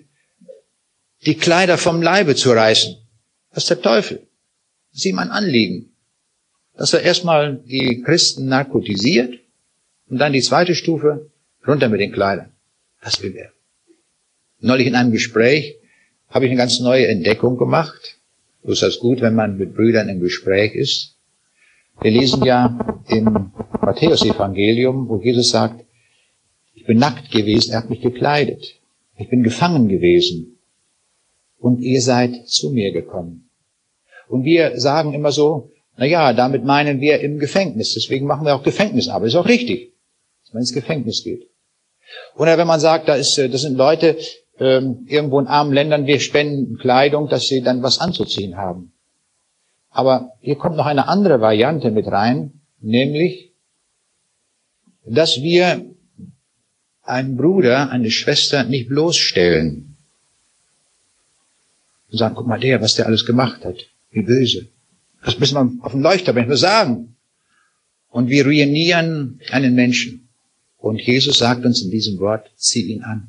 A: die Kleider vom Leibe zu reißen. Das ist der Teufel. Das ist ihm ein Anliegen, dass er erstmal die Christen narkotisiert und dann die zweite Stufe, runter mit den Kleidern. Das will er. Neulich in einem Gespräch habe ich eine ganz neue Entdeckung gemacht. So ist das gut, wenn man mit Brüdern im Gespräch ist. Wir lesen ja im Matthäus-Evangelium, wo Jesus sagt, ich bin nackt gewesen, er hat mich gekleidet. Ich bin gefangen gewesen und ihr seid zu mir gekommen. Und wir sagen immer so, na ja, damit meinen wir im Gefängnis, deswegen machen wir auch Gefängnisarbeit. Ist auch richtig, dass man ins Gefängnis geht. Oder wenn man sagt, das sind Leute irgendwo in armen Ländern, wir spenden Kleidung, dass sie dann was anzuziehen haben. Aber hier kommt noch eine andere Variante mit rein, nämlich, dass wir einen Bruder, eine Schwester nicht bloßstellen. Und sagen, guck mal was der alles gemacht hat. Wie böse. Das müssen wir auf dem Leuchterbrett sagen. Und wir ruinieren einen Menschen. Und Jesus sagt uns in diesem Wort, zieh ihn an.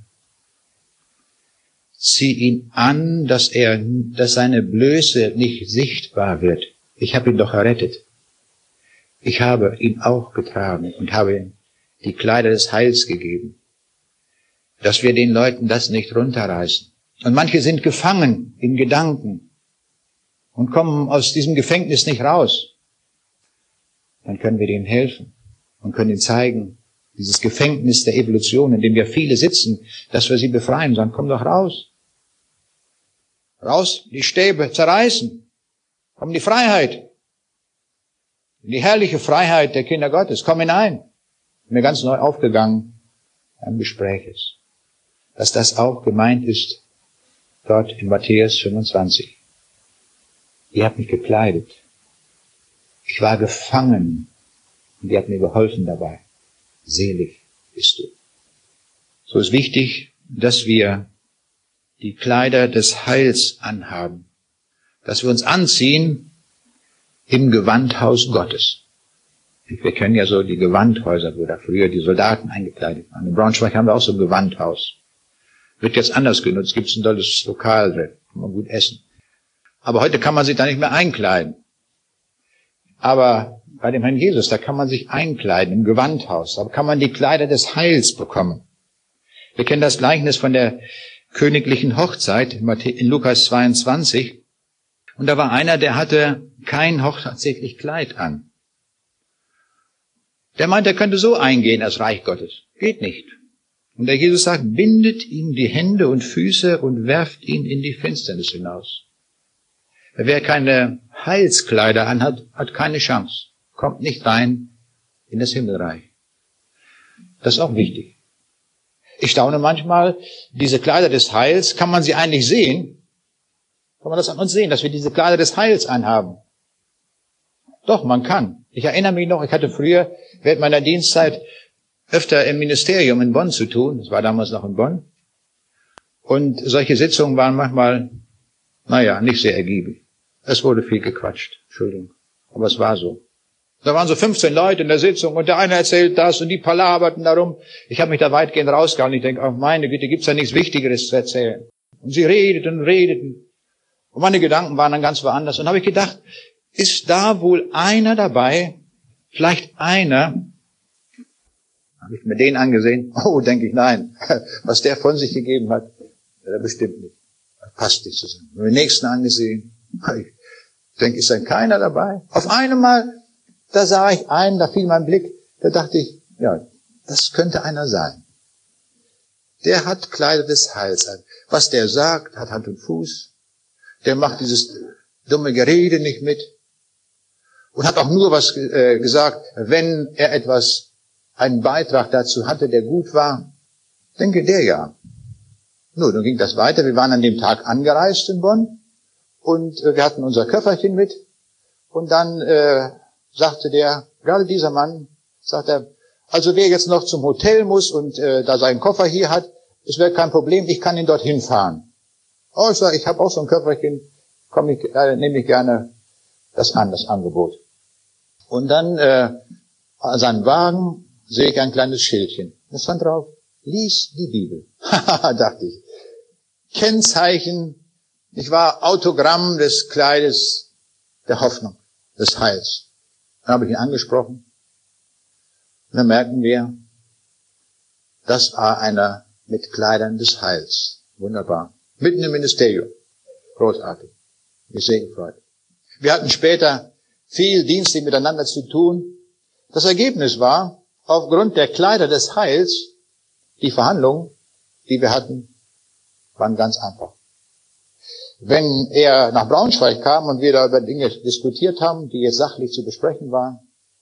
A: Zieh ihn an, dass seine Blöße nicht sichtbar wird. Ich habe ihn doch errettet. Ich habe ihn auch getragen und habe ihm die Kleider des Heils gegeben. Dass wir den Leuten das nicht runterreißen. Und manche sind gefangen in Gedanken und kommen aus diesem Gefängnis nicht raus. Dann können wir denen helfen und können ihnen zeigen, dieses Gefängnis der Evolution, in dem wir viele sitzen, dass wir sie befreien und sagen, komm doch raus. Raus, die Stäbe zerreißen. Komm in die Freiheit. In die herrliche Freiheit der Kinder Gottes. Komm hinein. Mir ganz neu aufgegangen im Gespräch ist. Dass das auch gemeint ist, dort in Matthäus 25. Ihr habt mich gekleidet. Ich war gefangen und ihr habt mir geholfen dabei. Selig bist du. So ist wichtig, dass wir die Kleider des Heils anhaben. Dass wir uns anziehen im Gewandhaus Gottes. Wir kennen ja so die Gewandhäuser, wo da früher die Soldaten eingekleidet waren. In Braunschweig haben wir auch so ein Gewandhaus. Wird jetzt anders genutzt, gibt es ein tolles Lokal drin, kann man gut essen. Aber heute kann man sich da nicht mehr einkleiden. Aber bei dem Herrn Jesus, da kann man sich einkleiden im Gewandhaus. Da kann man die Kleider des Heils bekommen. Wir kennen das Gleichnis von der königlichen Hochzeit in Lukas 22. Und da war einer, der hatte kein hochzeitlich Kleid an. Der meint, er könnte so eingehen als Reich Gottes. Geht nicht. Und der Jesus sagt, bindet ihm die Hände und Füße und werft ihn in die Finsternis hinaus. Wer keine Heilskleider anhat, hat keine Chance, kommt nicht rein in das Himmelreich. Das ist auch wichtig. Ich staune manchmal, diese Kleider des Heils, kann man sie eigentlich sehen? Kann man das an uns sehen, dass wir diese Kleider des Heils anhaben? Doch, man kann. Ich erinnere mich noch, ich hatte früher während meiner Dienstzeit öfter im Ministerium in Bonn zu tun. Das war damals noch in Bonn. Und solche Sitzungen waren manchmal, nicht sehr ergiebig. Es wurde viel gequatscht. Entschuldigung. Aber es war so. Da waren so 15 Leute in der Sitzung und der eine erzählt das und die palaberten darum. Ich habe mich da weitgehend rausgehalten. Ich denke, oh meine Güte, gibt's da nichts Wichtigeres zu erzählen? Und sie redeten und redeten. Und meine Gedanken waren dann ganz woanders. Und habe ich gedacht, ist da wohl einer dabei, vielleicht einer, habe ich mir den angesehen, denke ich, nein, was der von sich gegeben hat, bestimmt nicht. Das passt nicht zusammen. Und den nächsten angesehen, ich denke, ist dann keiner dabei? Auf einmal, da sah ich einen, da fiel mein Blick, da dachte ich, ja, das könnte einer sein. Der hat Kleider des Heils an. Was der sagt, hat Hand und Fuß. Der macht dieses dumme Gerede nicht mit. Und hat auch nur was gesagt, wenn er einen Beitrag dazu hatte, der gut war. Denke, der ja. Nun, dann ging das weiter. Wir waren an dem Tag angereist in Bonn. Und wir hatten unser Köfferchen mit. Und dann sagte gerade dieser Mann, sagt er, also wer jetzt noch zum Hotel muss und da seinen Koffer hier hat, es wäre kein Problem, ich kann ihn dorthin fahren. Oh, ich sage, ich habe auch so ein Köfferchen, nehme ich gerne das Angebot. Und dann an seinem Wagen sehe ich ein kleines Schildchen. Da stand drauf, lies die Bibel. Haha, dachte ich. Kennzeichen, ich war Autogramm des Kleides der Hoffnung, des Heils. Dann habe ich ihn angesprochen. Und dann merken wir, das war einer mit Kleidern des Heils. Wunderbar. Mitten im Ministerium. Großartig. Ich sehr gefreut. Wir hatten später viel Dienste miteinander zu tun. Das Ergebnis war, aufgrund der Kleider des Heils, die Verhandlungen, die wir hatten, waren ganz einfach. Wenn er nach Braunschweig kam und wir da über Dinge diskutiert haben, die jetzt sachlich zu besprechen waren,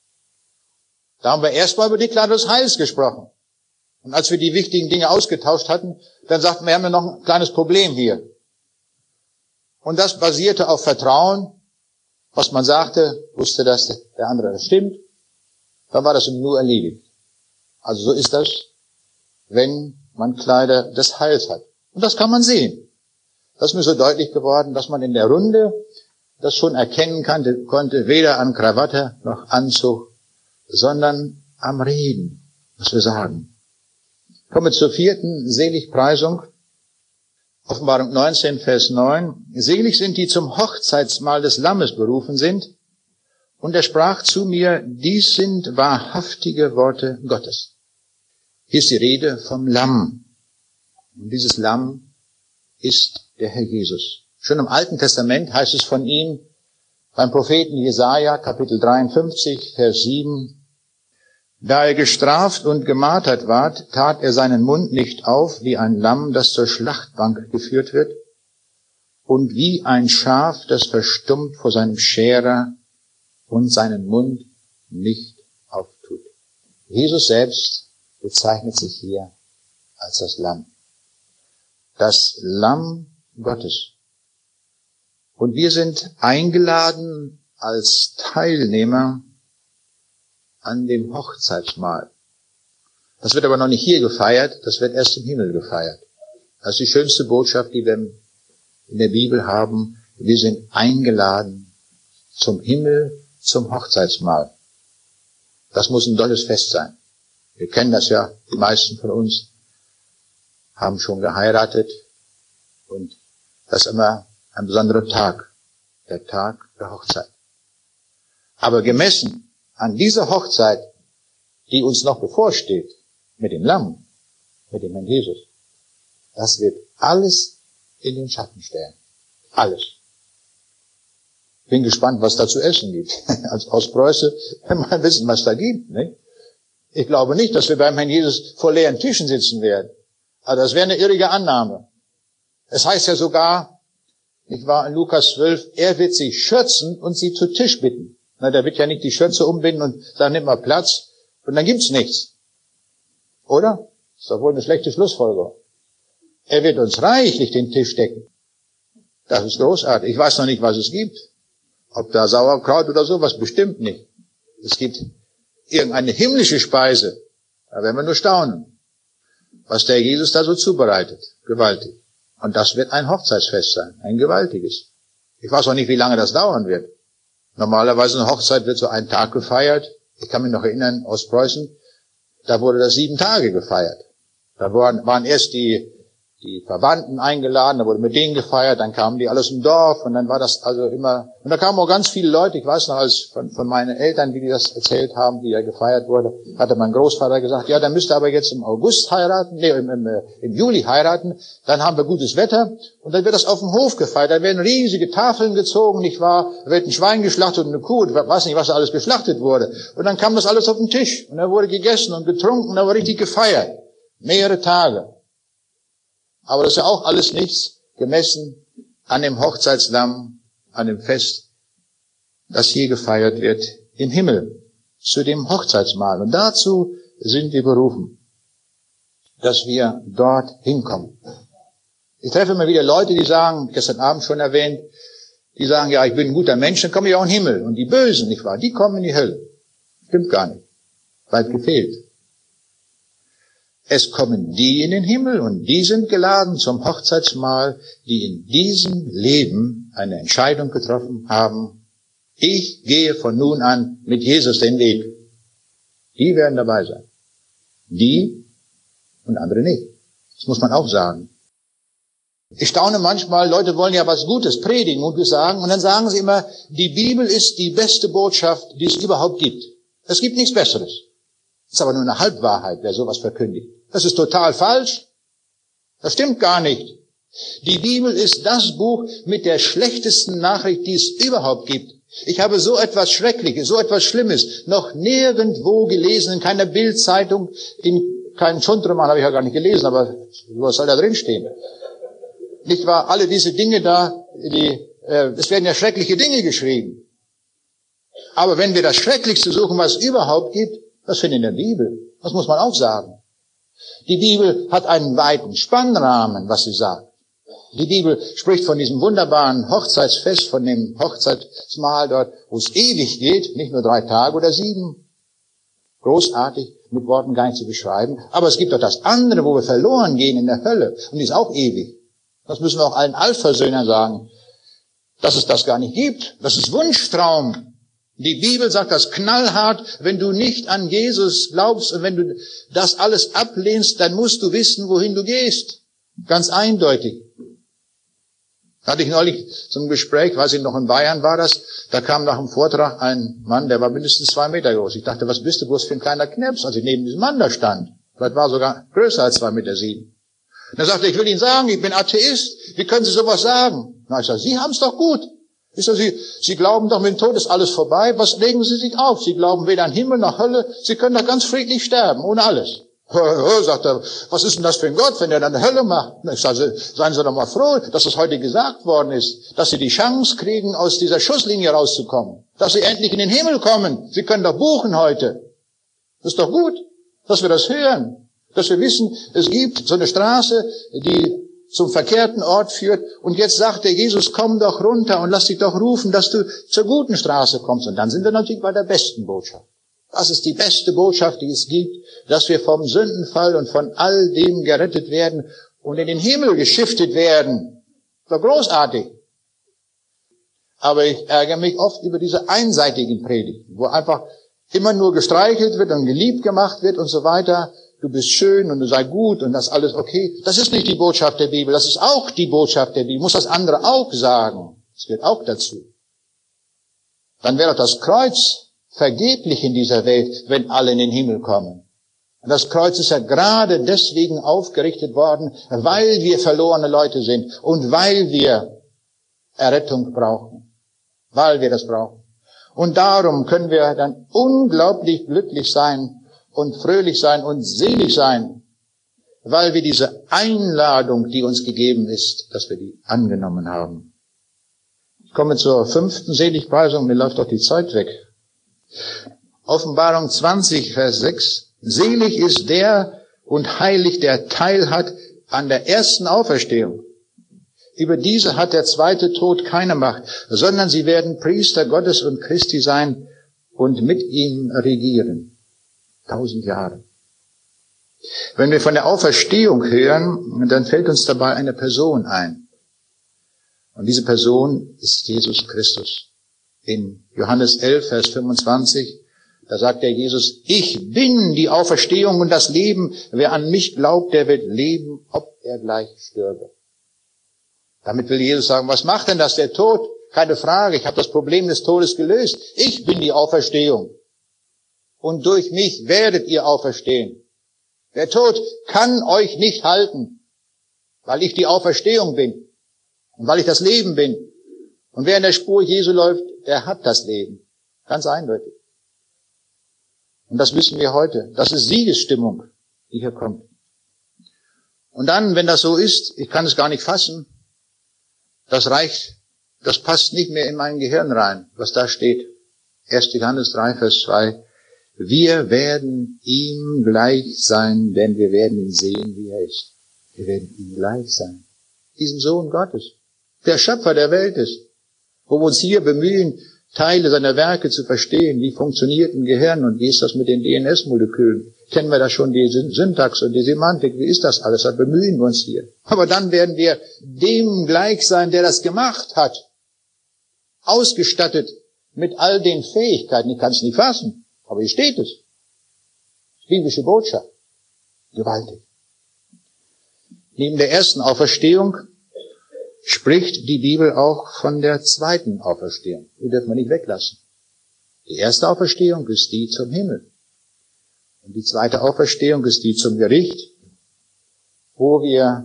A: da haben wir erstmal über die Kleider des Heils gesprochen. Und als wir die wichtigen Dinge ausgetauscht hatten, dann sagten wir haben ja noch ein kleines Problem hier. Und das basierte auf Vertrauen. Was man sagte, wusste, dass der andere das stimmt. Dann war das nur erledigt. Also so ist das, wenn man Kleider des Heils hat. Und das kann man sehen. Das ist mir so deutlich geworden, dass man in der Runde das schon erkennen konnte, weder an Krawatte noch Anzug, sondern am Reden, was wir sagen. Kommen wir zur 4. Seligpreisung. Offenbarung 19, Vers 9. Selig sind die zum Hochzeitsmahl des Lammes berufen sind. Und er sprach zu mir, dies sind wahrhaftige Worte Gottes. Hier ist die Rede vom Lamm. Und dieses Lamm ist der Herr Jesus. Schon im Alten Testament heißt es von ihm, beim Propheten Jesaja, Kapitel 53, Vers 7, da er gestraft und gemartert ward, tat er seinen Mund nicht auf, wie ein Lamm, das zur Schlachtbank geführt wird, und wie ein Schaf, das verstummt vor seinem Scherer und seinen Mund nicht auftut. Jesus selbst bezeichnet sich hier als das Lamm. Das Lamm Gottes. Und wir sind eingeladen als Teilnehmer an dem Hochzeitsmahl. Das wird aber noch nicht hier gefeiert, das wird erst im Himmel gefeiert. Das ist die schönste Botschaft, die wir in der Bibel haben. Wir sind eingeladen zum Himmel, zum Hochzeitsmahl. Das muss ein tolles Fest sein. Wir kennen das ja, die meisten von uns haben schon geheiratet und das ist immer ein besonderer Tag, der Tag der Hochzeit. Aber gemessen an dieser Hochzeit, die uns noch bevorsteht, mit dem Lamm, mit dem Herrn Jesus, das wird alles in den Schatten stellen. Alles. Bin gespannt, was da zu essen gibt. Als aus Preußen, wenn wir wissen, was da gibt, nicht? Ich glaube nicht, dass wir beim Herrn Jesus vor leeren Tischen sitzen werden. Also das wäre eine irrige Annahme. Es heißt ja sogar, ich war in Lukas 12, er wird sie schürzen und sie zu Tisch bitten. Na, der wird ja nicht die Schürze umbinden und sagen, nimm mal Platz und dann gibt's nichts. Oder? Ist doch wohl eine schlechte Schlussfolgerung. Er wird uns reichlich den Tisch decken. Das ist großartig. Ich weiß noch nicht, was es gibt. Ob da Sauerkraut oder sowas, bestimmt nicht. Es gibt irgendeine himmlische Speise. Da werden wir nur staunen, was der Jesus da so zubereitet. Gewaltig. Und das wird ein Hochzeitsfest sein. Ein gewaltiges. Ich weiß auch nicht, wie lange das dauern wird. Normalerweise eine Hochzeit wird so einen Tag gefeiert. Ich kann mich noch erinnern, Ostpreußen, da wurde das 7 Tage gefeiert. Da waren erst die Verwandten eingeladen, da wurde mit denen gefeiert, dann kamen die alles im Dorf und dann war das also immer, und da kamen auch ganz viele Leute, ich weiß noch, als von meinen Eltern, wie die das erzählt haben, wie er gefeiert wurde, hatte mein Großvater gesagt, ja, dann müsst ihr aber jetzt im August heiraten, im Juli heiraten, dann haben wir gutes Wetter und dann wird das auf dem Hof gefeiert, da werden riesige Tafeln gezogen, nicht wahr, da wird ein Schwein geschlachtet und eine Kuh, ich weiß nicht, was da alles geschlachtet wurde, und dann kam das alles auf den Tisch und da wurde gegessen und getrunken und da war richtig gefeiert, mehrere Tage. Aber das ist ja auch alles nichts gemessen an dem Hochzeitslamm, an dem Fest, das hier gefeiert wird im Himmel, zu dem Hochzeitsmahl. Und dazu sind wir berufen, dass wir dort hinkommen. Ich treffe immer wieder Leute, die sagen, gestern Abend schon erwähnt, die sagen, ja, ich bin ein guter Mensch, dann komme ich auch in den Himmel. Und die Bösen, nicht wahr, die kommen in die Hölle. Stimmt gar nicht. Weit gefehlt. Es kommen die in den Himmel und die sind geladen zum Hochzeitsmahl, die in diesem Leben eine Entscheidung getroffen haben. Ich gehe von nun an mit Jesus den Weg. Die werden dabei sein. Die und andere nicht. Das muss man auch sagen. Ich staune manchmal, Leute wollen ja was Gutes predigen und sagen, und dann sagen sie immer, die Bibel ist die beste Botschaft, die es überhaupt gibt. Es gibt nichts Besseres. Das ist aber nur eine Halbwahrheit, wer sowas verkündigt. Das ist total falsch. Das stimmt gar nicht. Die Bibel ist das Buch mit der schlechtesten Nachricht, die es überhaupt gibt. Ich habe so etwas Schreckliches, so etwas Schlimmes noch nirgendwo gelesen, in keiner Bildzeitung, in keinem Schundroman habe ich ja gar nicht gelesen, aber was soll da drin stehen? Nicht wahr? Alle diese Dinge da, es werden ja schreckliche Dinge geschrieben. Aber wenn wir das Schrecklichste suchen, was es überhaupt gibt, das finden wir in der Bibel. Das muss man auch sagen. Die Bibel hat einen weiten Spannrahmen, was sie sagt. Die Bibel spricht von diesem wunderbaren Hochzeitsfest, von dem Hochzeitsmahl dort, wo es ewig geht, nicht nur 3 Tage oder 7. Großartig, mit Worten gar nicht zu beschreiben. Aber es gibt doch das andere, wo wir verloren gehen in der Hölle. Und die ist auch ewig. Das müssen wir auch allen Altversöhnern sagen, dass es das gar nicht gibt. Das ist Wunschtraum. Die Bibel sagt das knallhart, wenn du nicht an Jesus glaubst und wenn du das alles ablehnst, dann musst du wissen, wohin du gehst. Ganz eindeutig. Hatte ich neulich zum Gespräch, weiß ich noch, in Bayern war das, da kam nach dem Vortrag ein Mann, der war mindestens 2 Meter groß. Ich dachte, was bist du bloß für ein kleiner Knirps, als ich neben diesem Mann da stand. Vielleicht war er sogar größer als 2,7 Meter. Und er sagte, ich will Ihnen sagen, ich bin Atheist. Wie können Sie sowas sagen? Na, ich sage, Sie haben es doch gut. Sie glauben doch, mit dem Tod ist alles vorbei. Was legen Sie sich auf? Sie glauben weder an Himmel noch Hölle. Sie können doch ganz friedlich sterben, ohne alles. Sagt er, was ist denn das für ein Gott, wenn er dann Hölle macht? Ich sage, seien Sie doch mal froh, dass es heute gesagt worden ist, dass Sie die Chance kriegen, aus dieser Schusslinie rauszukommen. Dass Sie endlich in den Himmel kommen. Sie können doch buchen heute. Das ist doch gut, dass wir das hören. Dass wir wissen, es gibt so eine Straße, die zum verkehrten Ort führt. Und jetzt sagt der Jesus, komm doch runter und lass dich doch rufen, dass du zur guten Straße kommst. Und dann sind wir natürlich bei der besten Botschaft. Das ist die beste Botschaft, die es gibt, dass wir vom Sündenfall und von all dem gerettet werden und in den Himmel geschiftet werden. So großartig. Aber ich ärgere mich oft über diese einseitigen Predigten, wo einfach immer nur gestreichelt wird und geliebt gemacht wird und so weiter. Du bist schön und du sei gut und das alles okay. Das ist nicht die Botschaft der Bibel, das ist auch die Botschaft der Bibel. Muss das andere auch sagen. Das gehört auch dazu. Dann wäre doch das Kreuz vergeblich in dieser Welt, wenn alle in den Himmel kommen. Und das Kreuz ist ja gerade deswegen aufgerichtet worden, weil wir verlorene Leute sind und weil wir Errettung brauchen. Weil wir das brauchen. Und darum können wir dann unglaublich glücklich sein, und fröhlich sein und selig sein, weil wir diese Einladung, die uns gegeben ist, dass wir die angenommen haben. Ich komme zur 5. Seligpreisung, mir läuft doch die Zeit weg. Offenbarung 20, Vers 6. Selig ist der und heilig, der Teil hat an der ersten Auferstehung. Über diese hat der zweite Tod keine Macht, sondern sie werden Priester Gottes und Christi sein und mit ihm regieren. 1000 Jahre. Wenn wir von der Auferstehung hören, dann fällt uns dabei eine Person ein. Und diese Person ist Jesus Christus. In Johannes 11, Vers 25, da sagt der Jesus, ich bin die Auferstehung und das Leben. Wer an mich glaubt, der wird leben, ob er gleich stürbe. Damit will Jesus sagen, was macht denn das, der Tod? Keine Frage, ich habe das Problem des Todes gelöst. Ich bin die Auferstehung. Und durch mich werdet ihr auferstehen. Der Tod kann euch nicht halten, weil ich die Auferstehung bin und weil ich das Leben bin. Und wer in der Spur Jesu läuft, der hat das Leben. Ganz eindeutig. Und das wissen wir heute. Das ist Siegesstimmung, die hier kommt. Und dann, wenn das so ist, ich kann es gar nicht fassen, das reicht, das passt nicht mehr in mein Gehirn rein, was da steht. 1. Johannes 3, Vers 2. Wir werden ihm gleich sein, denn wir werden ihn sehen, wie er ist. Wir werden ihm gleich sein. Diesem Sohn Gottes, der Schöpfer der Welt ist, wo wir uns hier bemühen, Teile seiner Werke zu verstehen. Wie funktioniert ein Gehirn und wie ist das mit den DNS-Molekülen? Kennen wir da schon die Syntax und die Semantik? Wie ist das alles? Da bemühen wir uns hier. Aber dann werden wir dem gleich sein, der das gemacht hat. Ausgestattet mit all den Fähigkeiten. Ich kann es nicht fassen, aber hier steht es. Biblische Botschaft. Gewaltig. Neben der ersten Auferstehung spricht die Bibel auch von der zweiten Auferstehung. Die dürfen wir nicht weglassen. Die erste Auferstehung ist die zum Himmel. Und die zweite Auferstehung ist die zum Gericht, wo wir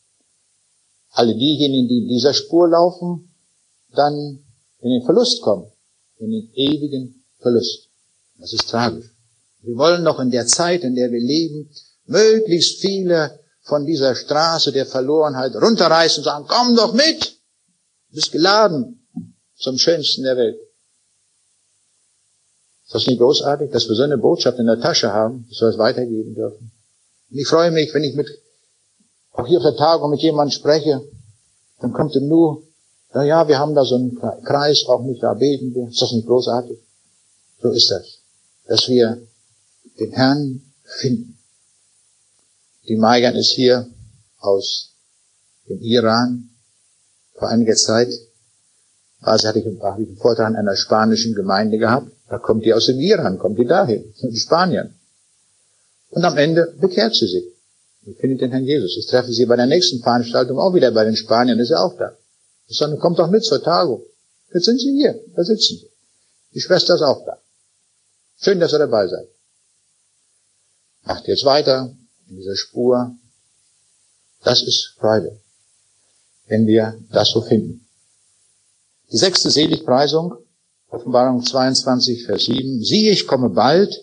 A: alle diejenigen, die in dieser Spur laufen, dann in den Verlust kommen, in den ewigen Verlust. Das ist tragisch. Wir wollen noch in der Zeit, in der wir leben, möglichst viele von dieser Straße der Verlorenheit runterreißen und sagen, komm doch mit, du bist geladen zum Schönsten der Welt. Ist das nicht großartig, dass wir so eine Botschaft in der Tasche haben, dass wir es weitergeben dürfen? Und ich freue mich, wenn ich auch hier auf der Tagung mit jemandem spreche, dann kommt ihm nur, na ja, wir haben da so einen Kreis, auch nicht da beten wir. Ist das nicht großartig? So ist das, dass wir den Herrn finden. Die Maigan ist hier aus dem Iran. Vor einiger Zeit hatte ich einen Vortrag in einer spanischen Gemeinde gehabt. Da kommt die aus dem Iran, kommt die dahin, die Spanier. Und am Ende bekehrt sie sich. Und findet den Herrn Jesus. Ich treffe sie bei der nächsten Veranstaltung auch wieder bei den Spaniern, ist er auch da. Ich sage, kommt doch mit zur Tagung. Jetzt sind sie hier, da sitzen sie. Die Schwester ist auch da. Schön, dass ihr dabei seid. Macht jetzt weiter in dieser Spur. Das ist Freude, wenn wir das so finden. Die 6. Seligpreisung, Offenbarung 22, Vers 7. Siehe, ich komme bald,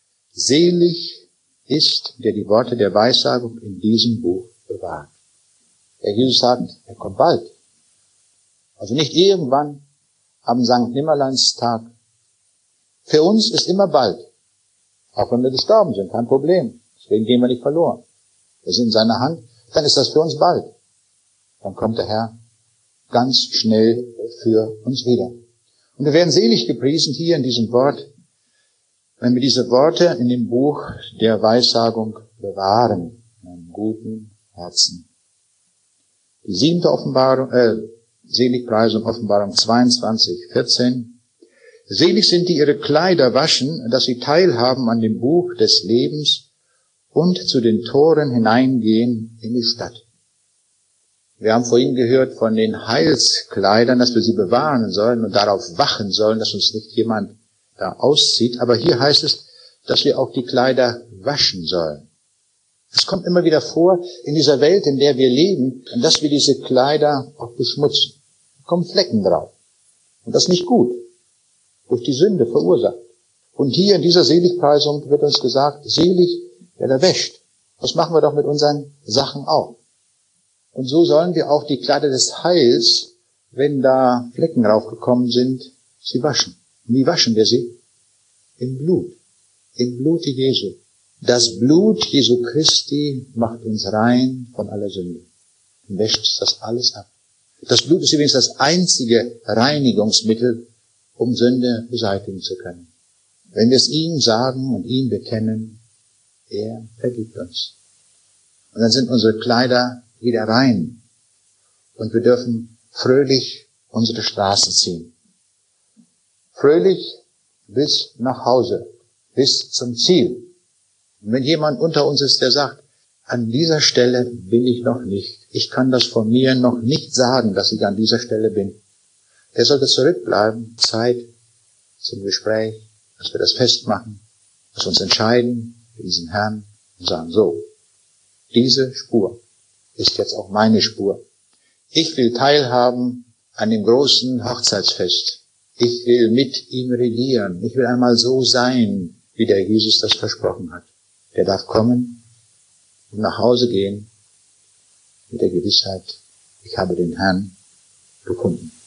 A: selig ist, der die Worte der Weissagung in diesem Buch bewahrt. Der Jesus sagt, er kommt bald. Also nicht irgendwann am Sankt Nimmerleinstag. Für uns ist immer bald. Auch wenn wir gestorben sind, kein Problem. Deswegen gehen wir nicht verloren. Wir sind in seiner Hand, dann ist das für uns bald. Dann kommt der Herr ganz schnell für uns wieder. Und wir werden selig gepriesen hier in diesem Wort, wenn wir diese Worte in dem Buch der Weissagung bewahren, in einem guten Herzen. Die 7. Seligpreisung, Offenbarung 22, 14. Selig sind die ihre Kleider waschen, dass sie teilhaben an dem Buch des Lebens und zu den Toren hineingehen in die Stadt. Wir haben vorhin gehört von den Heilskleidern, dass wir sie bewahren sollen und darauf wachen sollen, dass uns nicht jemand da auszieht. Aber hier heißt es, dass wir auch die Kleider waschen sollen. Es kommt immer wieder vor in dieser Welt, in der wir leben, dass wir diese Kleider auch beschmutzen. Da kommen Flecken drauf. Und das ist nicht gut. Durch die Sünde verursacht. Und hier in dieser Seligpreisung wird uns gesagt, selig, wer da wäscht. Das machen wir doch mit unseren Sachen auch. Und so sollen wir auch die Kleider des Heils, wenn da Flecken draufgekommen sind, sie waschen. Und wie waschen wir sie? Im Blut. Im Blute Jesu. Das Blut Jesu Christi macht uns rein von aller Sünde. Und wäscht das alles ab. Das Blut ist übrigens das einzige Reinigungsmittel, um Sünde beseitigen zu können. Wenn wir es ihm sagen und ihm bekennen, er vergibt uns. Und dann sind unsere Kleider wieder rein. Und wir dürfen fröhlich unsere Straßen ziehen. Fröhlich bis nach Hause, bis zum Ziel. Und wenn jemand unter uns ist, der sagt, an dieser Stelle bin ich noch nicht. Ich kann das von mir noch nicht sagen, dass ich an dieser Stelle bin. Der sollte zurückbleiben, Zeit zum Gespräch, dass wir das festmachen, dass wir uns entscheiden für diesen Herrn und sagen, so, diese Spur ist jetzt auch meine Spur. Ich will teilhaben an dem großen Hochzeitsfest. Ich will mit ihm regieren. Ich will einmal so sein, wie der Jesus das versprochen hat. Der darf kommen und nach Hause gehen mit der Gewissheit, ich habe den Herrn gefunden.